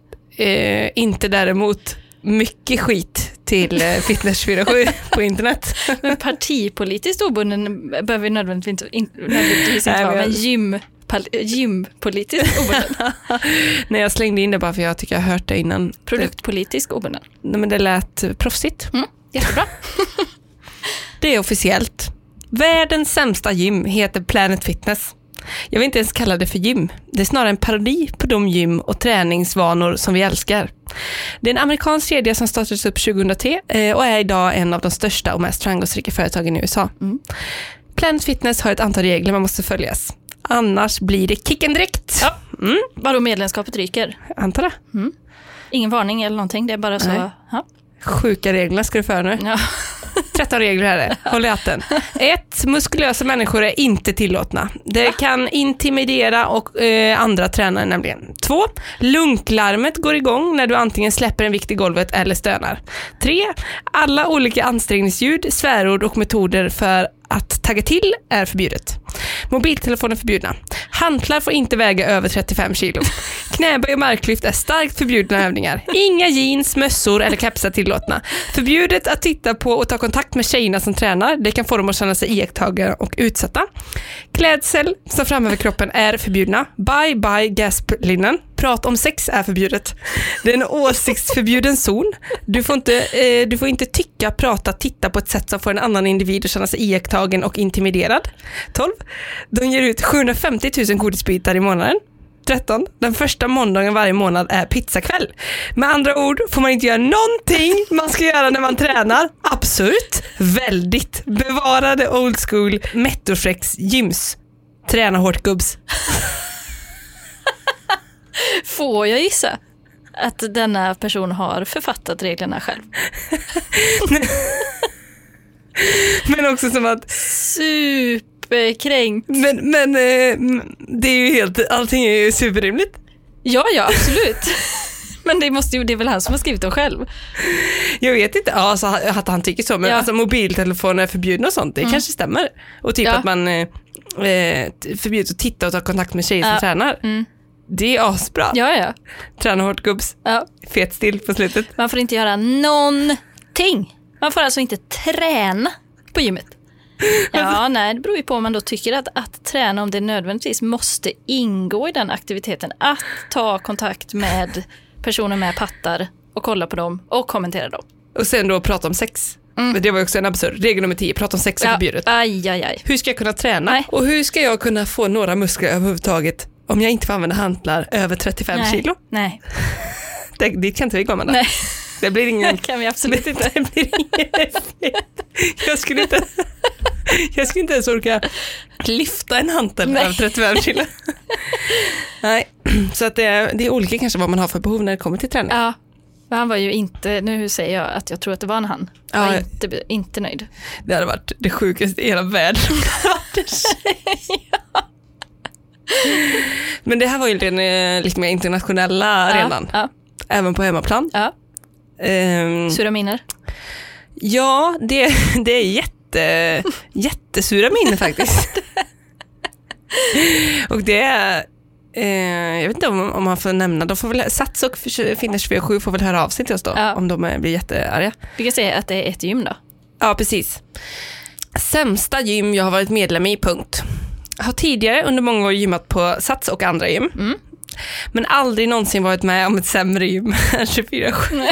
inte däremot mycket skit till Fitness 24/7 på internet. Men partipolitiskt obunden behöver vi nödvändigtvis inte vara, men gympolitiskt obunden. Nej, jag slängde in det bara för jag tycker jag har hört det innan. Produktpolitisk obunden. Nej, men det lät proffsigt. Jättebra. Det är officiellt. Världens sämsta gym heter Planet Fitness. Jag vill inte ens kalla det för gym. Det är snarare en parodi på de gym och träningsvanor som vi älskar. Det är en amerikansk kedja som startades upp 2003 och är idag en av de största och mest framgångsrika företagen i USA. Planet Fitness har ett antal regler man måste följas. Annars blir det kicken direkt. Ja. Vadå medlemskapet ryker? Antar det. Ingen varning eller någonting, det är bara så. Ja. Sjuka reglerna ska du föra nu. Ja. 13 regler här är. Håll i hatten. 1. Muskulösa människor är inte tillåtna. Det kan intimidera och andra tränare nämligen. 2. Lunklarmet går igång när du antingen släpper en vikt i golvet eller stönar. 3. Alla olika ansträngningsljud, svärord och metoder för att tagga till är förbjudet. Mobiltelefoner förbjudna. Hantlar får inte väga över 35 kilo. Knäböj och marklyft är starkt förbjudna övningar. Inga jeans, mössor eller kepsar tillåtna. Förbjudet att titta på och ta kontakt med tjejerna som tränar. Det kan få dem att känna sig iakttagare och utsatta. Klädsel som framöver kroppen är förbjudna. Bye gasplinnen. Prat om sex är förbjudet. Det är en åsiktsförbjuden zon. Du får inte tycka, prata, titta på ett sätt som får en annan individ att känna sig iakttagen och intimiderad. 12. De ger ut 750 000 godisbitar i månaden. 13. Den första måndagen varje månad är pizzakväll. Med andra ord får man inte göra någonting man ska göra när man tränar. Absurt. Väldigt. Bevarade old school Metroflex gyms. Träna hårt gubbs. Får jag gissa att denna person har författat reglerna själv? Men också som att superkränkt. Men det är ju allting är ju superrimligt. Ja, absolut. Men det är väl han som har skrivit dem själv. Jag vet inte, alltså, att han tycker så. Men alltså, mobiltelefoner är förbjudna och sånt, det kanske stämmer. Och typ att man förbjuder att titta och ta kontakt med tjejer som tränar. Det är asbra. Ja. Träna hårt gubbs. Fet still på slutet. Man får inte göra någonting. Man får alltså inte träna på gymmet. Ja, nej, det beror ju på om man då tycker att träna, om det nödvändigtvis måste ingå i den aktiviteten. Att ta kontakt med personer med pattar och kolla på dem och kommentera dem. Och sen då prata om sex. Men det var också en absurd. Regel nummer 10, prata om sex är förbjudet. Aj. Hur ska jag kunna träna? Nej. Och hur ska jag kunna få några muskler överhuvudtaget om jag inte får använda hantlar över 35 kilo. Nej. Dit kan inte vi komma. Nej. Det blir ingen... Det kan vi absolut inte. Det blir ingen... Jag skulle inte ens orka lyfta en hantel över 35 kilo. Nej, så att det är olika kanske vad man har för behov när det kommer till träning. Ja, men han var ju inte, nu säger jag att jag tror att det var en han. Jag var inte nöjd. Det hade varit det sjukaste i hela världen. Ja. Men det här var ju den lite mer internationella arenan. Ja. Även på hemmaplan. Ja. Sura miner? Ja, det är jättesura miner faktiskt. Och det är jag vet inte om man får nämna, de får väl Sats och Fitness 24/7 får väl höra av sig till oss då, om de blir jättearga. Vi kan säga att det är ett gym då. Ja, precis. Sämsta gym jag har varit medlem i, punkt. Har tidigare under många år gymmat på Sats och andra gym. Men aldrig någonsin varit med om ett sämre gym än 24/7.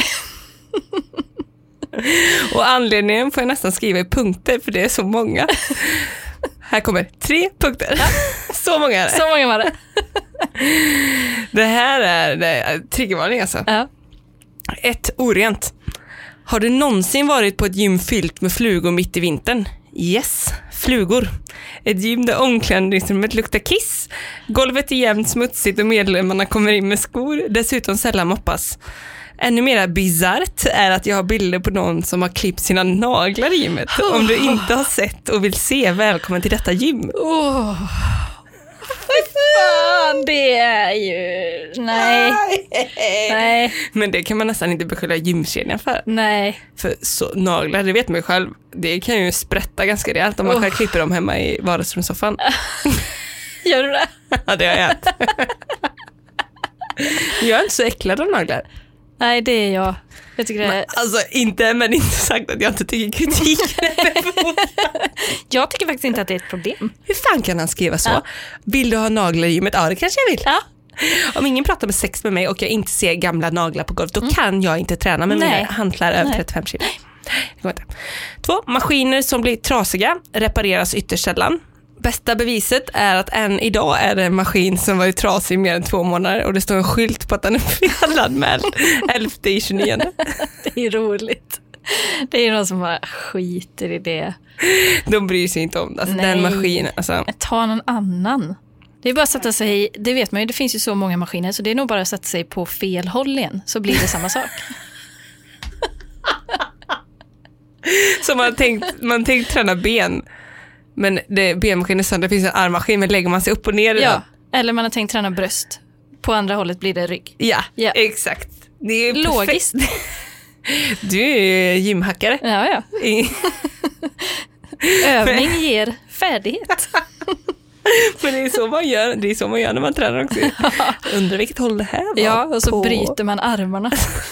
Och anledningen får jag nästan skriva i punkter, för det är så många. Här kommer 3 punkter. Ja. Så många är det. Så många var det. Det här är triggervarning alltså. Ja. 1. Orent. Har du någonsin varit på ett gym fyllt med flugor mitt i vintern? Yes, flugor. Ett gym där omklädningsrummet luktar kiss. Golvet är jämnt smutsigt och medlemmarna kommer in med skor. Dessutom sällan moppas. Ännu mer bizarrt är att jag har bilder på någon som har klippt sina naglar i gymmet. Om du inte har sett och vill se, välkommen till detta gym. Fan, det är ju... Nej. Men det kan man nästan inte beskylla gymkedjan för. Nej. För så, naglar, det vet man ju själv, det kan ju sprätta ganska rejält om man själv klipper dem hemma i vardagsrumssoffan. Gör du det? Ja, det har jag gjort. Jag är inte så äcklad av naglar. Nej, det är jag. Jag tycker det... Alltså inte sagt att jag inte tycker kritik. Jag tycker faktiskt inte att det är ett problem. Hur fan kan han skriva så? Ja. Vill du ha naglar i gymmet? Ja, det kanske jag vill. Ja. Om ingen pratar med sex med mig och jag inte ser gamla naglar på golvet, då kan jag inte träna med mina hantlar över 35 kilo. Det går inte. 2. Maskiner som blir trasiga repareras ytterst sällan. Bästa beviset är att än idag är det en maskin som varit trasig i mer än 2 månader och det står en skylt på att den är felanmäld 11/29. Det är roligt. Det är någon som bara skiter i det. De bryr sig inte om det. Alltså, den maskinen. Alltså. Ta någon annan. Det är bara att sätta sig, det vet man ju, det finns ju så många maskiner så det är nog bara att sätta sig på fel håll igen så blir det samma sak. Så man tänkt träna ben. Men benmaskinen är så, det finns en armmaskin, men lägger man sig upp och ner. Ja, eller man har tänkt träna bröst. På andra hållet blir det rygg. Ja. Exakt. Det är logiskt. Du är gymhackare. Ja. Övning ger färdighet. Men det är så man gör när man tränar också. Undrar vilket håll det här var. Ja, och så bryter man armarna.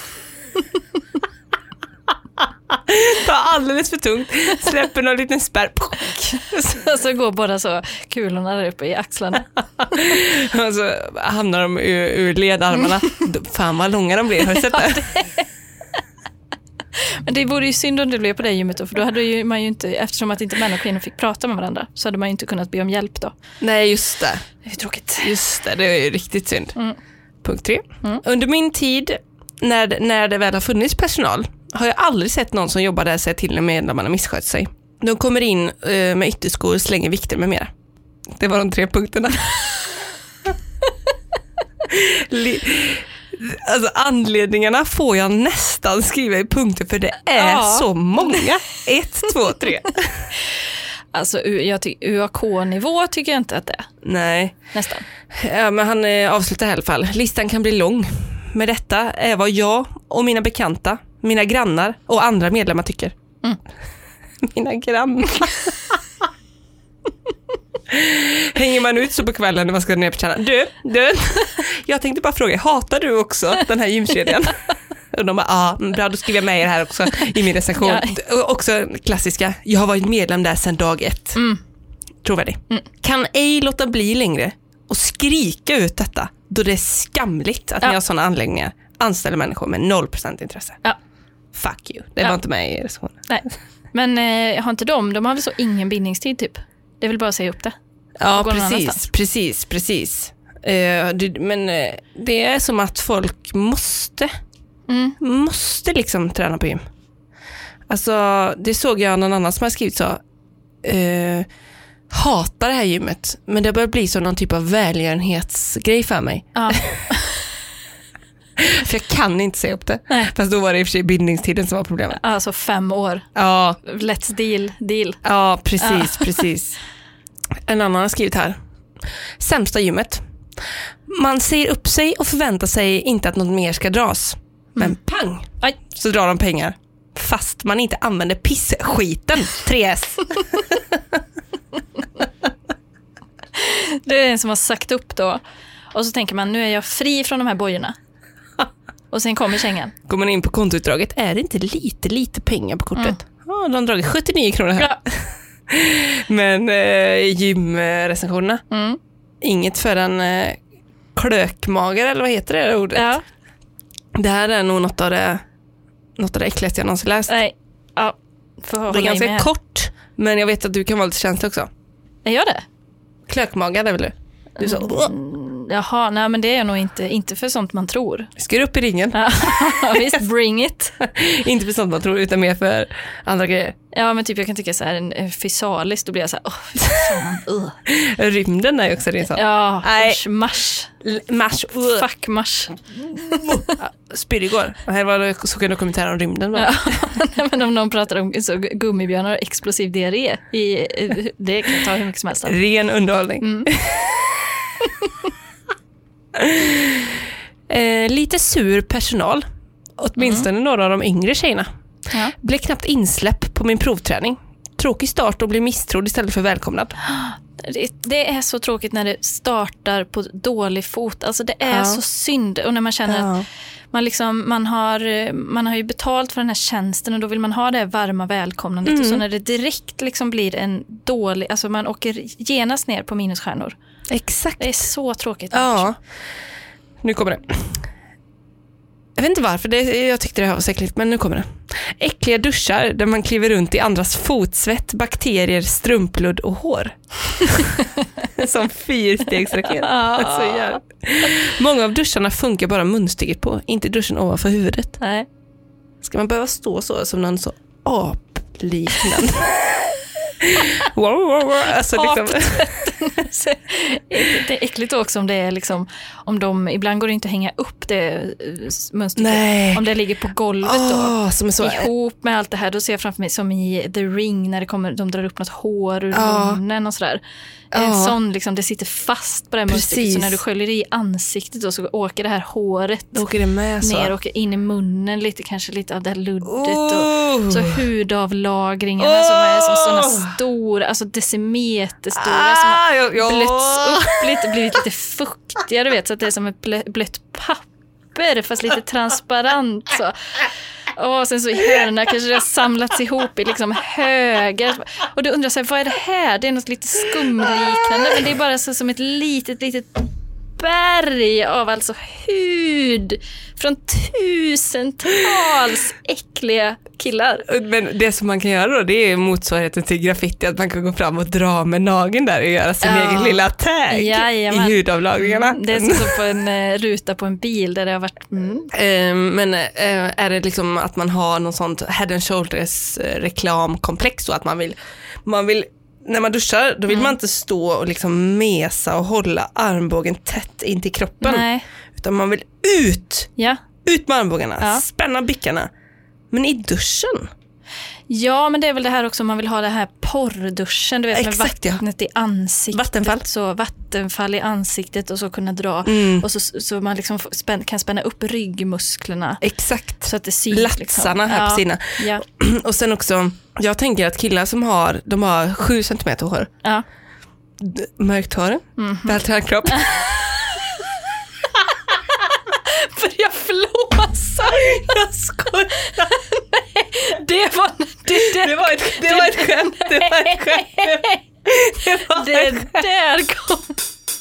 Ta alldeles för tungt. Släpper någon liten spärr. Så går bara så kulorna där uppe i axlarna. Och så hamnar de ur ledarmarna. Fan vad långa de blir. Har du sett det? Men det vore ju synd om det blev på det gymmet då, för då hade man ju inte, eftersom att inte män och kvinnor fick prata med varandra, så hade man ju inte kunnat be om hjälp då. Nej, just det. Det är tråkigt. Just det, det är ju riktigt synd. Punkt 3. Under min tid, när det väl har funnits personal, har jag aldrig sett någon som jobbar där säga till när medlemmarna misskött sig. De kommer in med ytterskor, slänger vikter med mera. Det var de 3 punkterna. Alltså anledningarna får jag nästan skriva i punkter, för det är så många. 1, 2, 3. Alltså UAK-nivå tycker jag inte att det är. Nej. Nästan. Ja, men han avslutar i alla fall. Listan kan bli lång. Med detta är vad jag och mina bekanta, mina grannar och andra medlemmar tycker. Mina grannar. Hänger man ut så på kvällen när man ska ner på tjäna. Du, jag tänkte bara fråga, hatar du också den här gymkedjan? Och de bara, bra, då skriver jag med er här också i min recension. Ja. Också klassiska, jag har varit medlem där sedan dag 1. Trovärdig. Kan ej låta bli längre och skrika ut detta, då det är skamligt att ni har sådana anläggningar. Anställer människor med 0% intresse. Ja. Fuck you. Det var inte med i recensionen. Nej. Men har inte de har väl så ingen bindningstid typ? Det är väl bara att säga upp det. Ja, precis. Men det är som att folk måste liksom träna på gym. Alltså, det såg jag någon annan som har skrivit så. Hatar det här gymmet, men det börjar bli så någon typ av välgörenhetsgrej för mig. Ja. För jag kan inte säga upp det. Nej. Fast då var det i och för sig bindningstiden som var problemet. Alltså 5 år. Ja. Let's deal. Ja, precis. En annan har skrivit här. Sämsta gymmet. Man säger upp sig och förväntar sig inte att något mer ska dras. Men pang! Aj, så drar de pengar. Fast man inte använder pissskiten. 3S. Det är en som har sagt upp då. Och så tänker man, nu är jag fri från de här bojorna. Och sen kommer kängan. Går man in på kontoutdraget, är det inte lite pengar på kortet? Ja, de har dragit 79 kronor här. Ja. Men gymrecensionerna. Inget för en klökmager, eller vad heter det ordet? Ja. Det här är nog något av det äckligaste jag någonsin läst. Nej. Ja, det är ganska kort, men jag vet att du kan vara lite känslig också. Jag gör det? Klökmagar, det är väl du? Du så. Jaha, nej men det är jag nog inte för sånt man tror. Ska du upp i ringen? Ja, visst, bring it. Inte för sånt man tror, utan mer för andra grejer. Ja, men typ jag kan tycka så här en fysalis, då blir jag så här, Rymden är ju också det så. Ja, mars. Fuck mars. Spyr igår. Här var det så kan du kommentera om rymden. Ja, men om någon pratar om så gummibjörnar och explosiv diarré, det kan ta hur mycket som helst. Ren underhållning. Lite sur personal. Åtminstone några av de yngre tjejerna. Ja. Blev knappt insläpp på min provträning. Tråkig start och blir misstrodd istället för välkomnad. Det är så tråkigt när det startar på dålig fot. Alltså det är så synd. Och när man känner att man har ju betalt för den här tjänsten, och då vill man ha det varma välkomnandet. Och så när det direkt liksom blir en dålig, alltså man åker genast ner på minusstjärnor. Exakt. Det är så tråkigt. Ja. Nu kommer det. Jag vet inte varför, jag tyckte det här var så äckligt, men nu kommer det. Äckliga duschar där man kliver runt i andras fotsvett, bakterier, strumpludd och hår. Som 4-stegsraket. Alltså, många av duscharna funkar bara munstycket på, inte duschen ovanför huvudet. Nej. Ska man behöva stå så som någon så apliknande? Wow. Alltså, liksom. Det är äckligt också om det är liksom, om de ibland går det inte att hänga upp det mönstret. Nej. Om det ligger på golvet då som är så ihop med allt det här, då ser jag framför mig som i The Ring när de drar upp något hår ur munnen och sådär. En sån liksom, det sitter fast på det här mönstret, så när du sköljer i ansiktet då, så åker det här håret åker det med ner, åker in i munnen lite, kanske lite av det här luddet och så hudavlagringarna som är som sådana stora, alltså decimeterstora som har blötts upp lite, blivit lite fuktiga, du vet, så att det är som ett blött papper fast lite transparent så. Och sen så i hörna kanske det har samlats ihop i liksom högar. Och du undrar så här, vad är det här? Det är något lite skumliknande, men det är bara så som ett litet berg av alltså hud från tusentals äckliga killar. Men det som man kan göra då, det är motsvarigheten till graffiti, att man kan gå fram och dra med nageln där och göra sin egen lilla tag i hudavlagringarna. Det är som på en ruta på en bil där det har varit... Men är det liksom att man har någon sånt Head and Shoulders reklamkomplex, så att man vill när man duschar, då vill man inte stå och liksom mesa och hålla armbågen tätt in till kroppen. Nej. Utan man vill ut med armbågarna, spänna bickarna. Men i duschen? Ja, men det är väl det här också, man vill ha det här porrduschen, du vet, exakt, med vattnet i ansiktet. Vattenfall i ansiktet och så kunna dra. Och så man liksom kan spänna upp ryggmusklerna. Exakt. Så att det syns. Latsarna här på sina. Ja. Och sen också, jag tänker att killar som har 7 centimeter hår. Ja. Mörkt hår. Vältränad kropp. Börja flåsa. Jag skojar. Nej, det var ett skämt. Det där kom.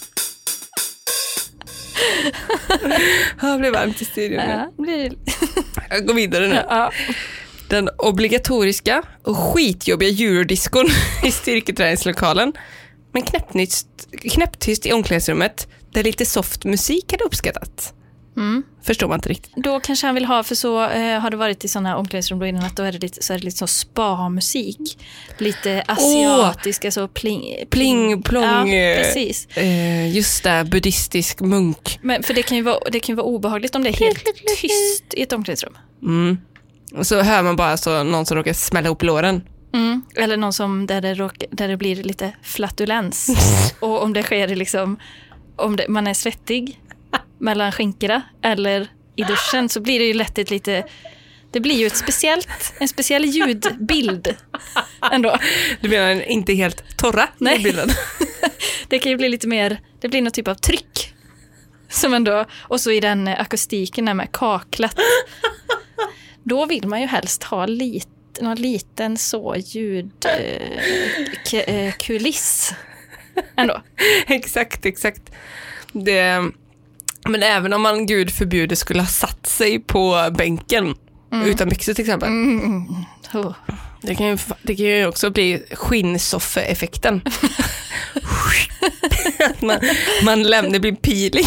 Jag blev varmt i studion nu. Jag går vidare nu. Ja. Den obligatoriska och skitjobbiga eurodiskon i styrketräningslokalen, men knäpptyst i omklädningsrummet, där lite soft musik hade uppskattat. Förstår man inte riktigt. Då kanske han vill ha, för så har det varit i sådana omklädningsrum då innan, att då är det lite så spa-musik. Lite asiatiska, så pling plong. Ja, precis. Just det, buddhistisk munk. Men för det kan ju vara obehagligt om det är helt tyst i ett omklädningsrum. Och så hör man bara så någon som råkar smälla upp låren. Eller någon som där det blir lite flatulens. Och om det sker liksom, man är svettig mellan skinkorna eller i duschen, så blir det ju lätt det blir ju en speciell ljudbild ändå. Du menar inte helt torra? Nej. Bilden? Det kan ju bli lite mer, det blir någon typ av tryck som ändå, och så i den akustiken där med kaklat. Då vill man ju helst ha någon liten så ljudkuliss ändå. Exakt. Men även om man, gud förbjuder, skulle ha satt sig på bänken utan byxor till exempel. Det kan ju också bli skinnsoffeeffekten. Det blir peeling.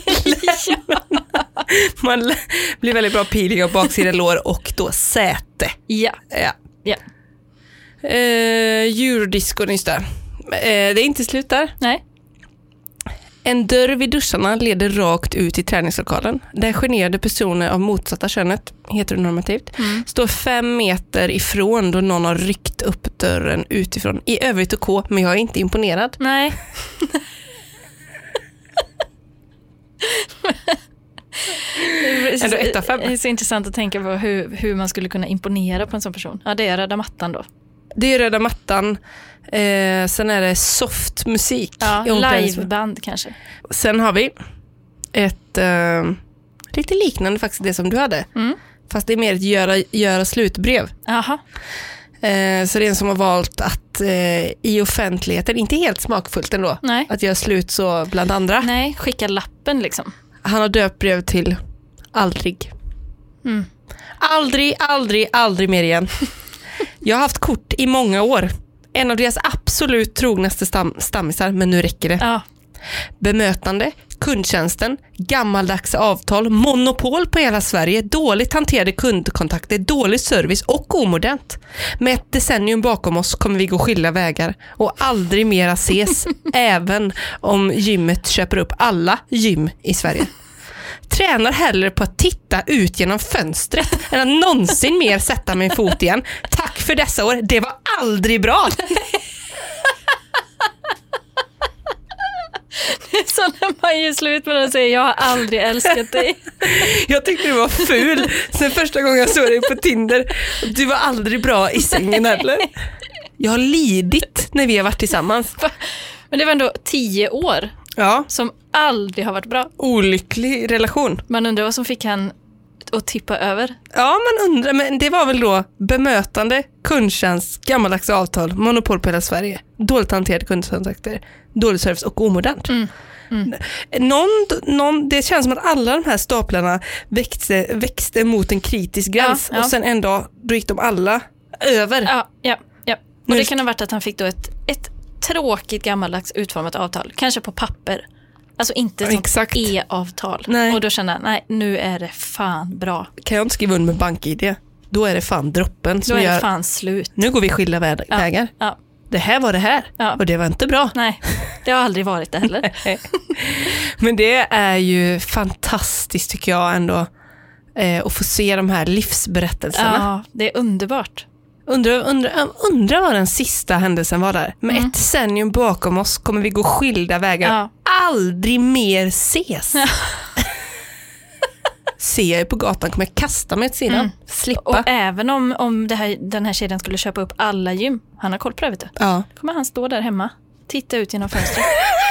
Man blir väldigt bra peeling av baksida lår och då säte. Ja. Eurodisco nyss där. Det är inte slut där. Nej. En dörr vid duscharna leder rakt ut i träningslokalen. Där generade personer av motsatta könet, heteronormativt, står 5 meter ifrån då någon har ryckt upp dörren utifrån. I övrigt OK, men jag är inte imponerad. Nej. Ändå 1 av 5. Det är så intressant att tänka på hur man skulle kunna imponera på en sån person. Ja, det är röda mattan då. Det är röda mattan. Sen är det soft musik. Ja, liveband kanske. Sen har vi ett lite liknande faktiskt det som du hade. Fast det är mer ett göra slutbrev. Aha. Så det är en som har valt att i offentligheten, inte helt smakfullt ändå, nej, att göra slut så bland andra. Nej, skicka lappen liksom. Han har döpt brev till aldrig. Aldrig mer igen. Jag har haft kort i många år. En av deras absolut trognaste stammisar, men nu räcker det. Ja. Bemötande, kundtjänsten, gammaldags avtal, monopol på hela Sverige, dåligt hanterade kundkontakter, dålig service och omodernt. Med ett decennium bakom oss kommer vi gå skilda vägar och aldrig mera ses, även om gymmet köper upp alla gym i Sverige. Tränar hellre på att titta ut genom fönstret än att någonsin mer sätta min fot igen. Tack för dessa år, det var aldrig bra. Det är så när man gör slut med att säga jag har aldrig älskat dig. Jag tyckte du var ful sen första gången jag såg dig på Tinder. Du var aldrig bra i sängen heller. Jag har lidit när vi har varit tillsammans. Men det var ändå 10 år. Ja. Som aldrig har varit bra. Olycklig relation. Man undrar vad som fick han att tippa över. Ja, man undrar, men det var väl då bemötande, kundtjänst, gammaldags avtal, monopol på hela Sverige, dåligt hanterade kundkontakter, dålig service och omodernt. Det känns som att alla de här staplarna växte mot en kritisk gräns, och sen en dag då gick de alla över. Ja. Och det kan ha varit att han fick då ett tråkigt gammaldags utformat avtal, kanske på papper. Alltså inte sånt e-avtal. Nej. Och då känner jag, nej, nu är det fan bra. Kan jag inte skriva under med BankID? Då är det fan droppen som då är gör... det fan slut. Nu går vi skilda vägar. Ja. Det här var det här. Ja. Och det var inte bra. Nej, det har aldrig varit det heller. Men det är ju fantastiskt tycker jag ändå. Att få se de här livsberättelserna. Ja, det är underbart. Undra vad den sista händelsen var där. Med ett decennium bakom oss kommer vi gå skilda vägar. Ja. Aldrig mer ses. Ja. Ser jag på gatan kommer jag kasta mig åt sidan. Slippa. Och även om den här kedjan skulle köpa upp alla gym. Han har koll på det, vet du. Ja. Kommer han stå där hemma. Titta ut genom fönstret.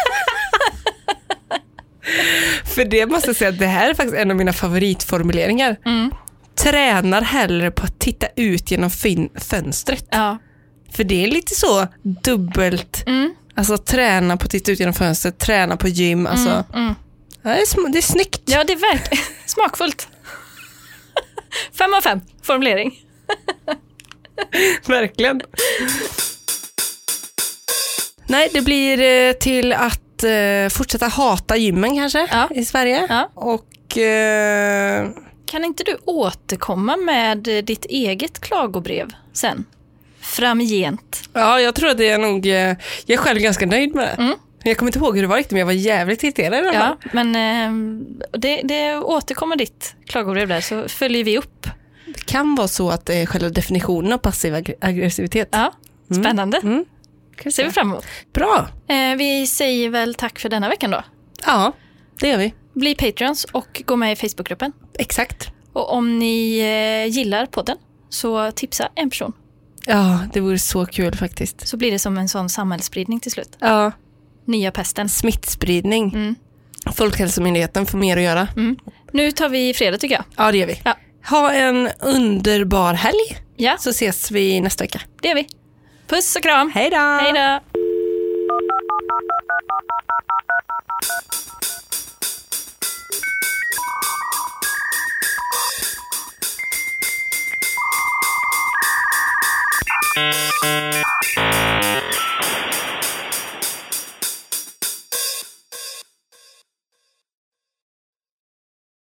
För det måste jag säga att det här är faktiskt en av mina favoritformuleringar. Tränar hellre på att titta ut genom fönstret. Ja. För det är lite så dubbelt. Alltså träna på att titta ut genom fönstret, träna på gym. Alltså. Ja, det är snyggt. Ja, det är verkligen smakfullt. 5 av 5 formulering. Verkligen. Nej, det blir till att fortsätta hata gymmen kanske i Sverige. Ja. Och kan inte du återkomma med ditt eget klagobrev sen? Framgent. Ja, jag tror att det är nog... Jag är själv ganska nöjd med det. Mm. Jag kommer inte ihåg hur det var riktigt, men jag var jävligt irriterad i alla fall. Ja, men det återkommer ditt klagobrev där, så följer vi upp. Det kan vara så att det är själva definitionen av passiv aggressivitet. Ja, spännande. Ser vi fram emot. Bra. Vi säger väl tack för denna veckan då. Ja, det gör vi. Bli Patreons och gå med i Facebookgruppen. Exakt. Och om ni gillar podden så tipsa en person. Ja, det vore så kul faktiskt. Så blir det som en sån samhällsspridning till slut. Ja. Nya pesten. Smittspridning. Folkhälsomyndigheten får mer att göra. Nu tar vi fredag tycker jag. Ja, det gör vi. Ja. Ha en underbar helg. Ja. Så ses vi nästa vecka. Det gör vi. Puss och kram. Hej då. Hej då.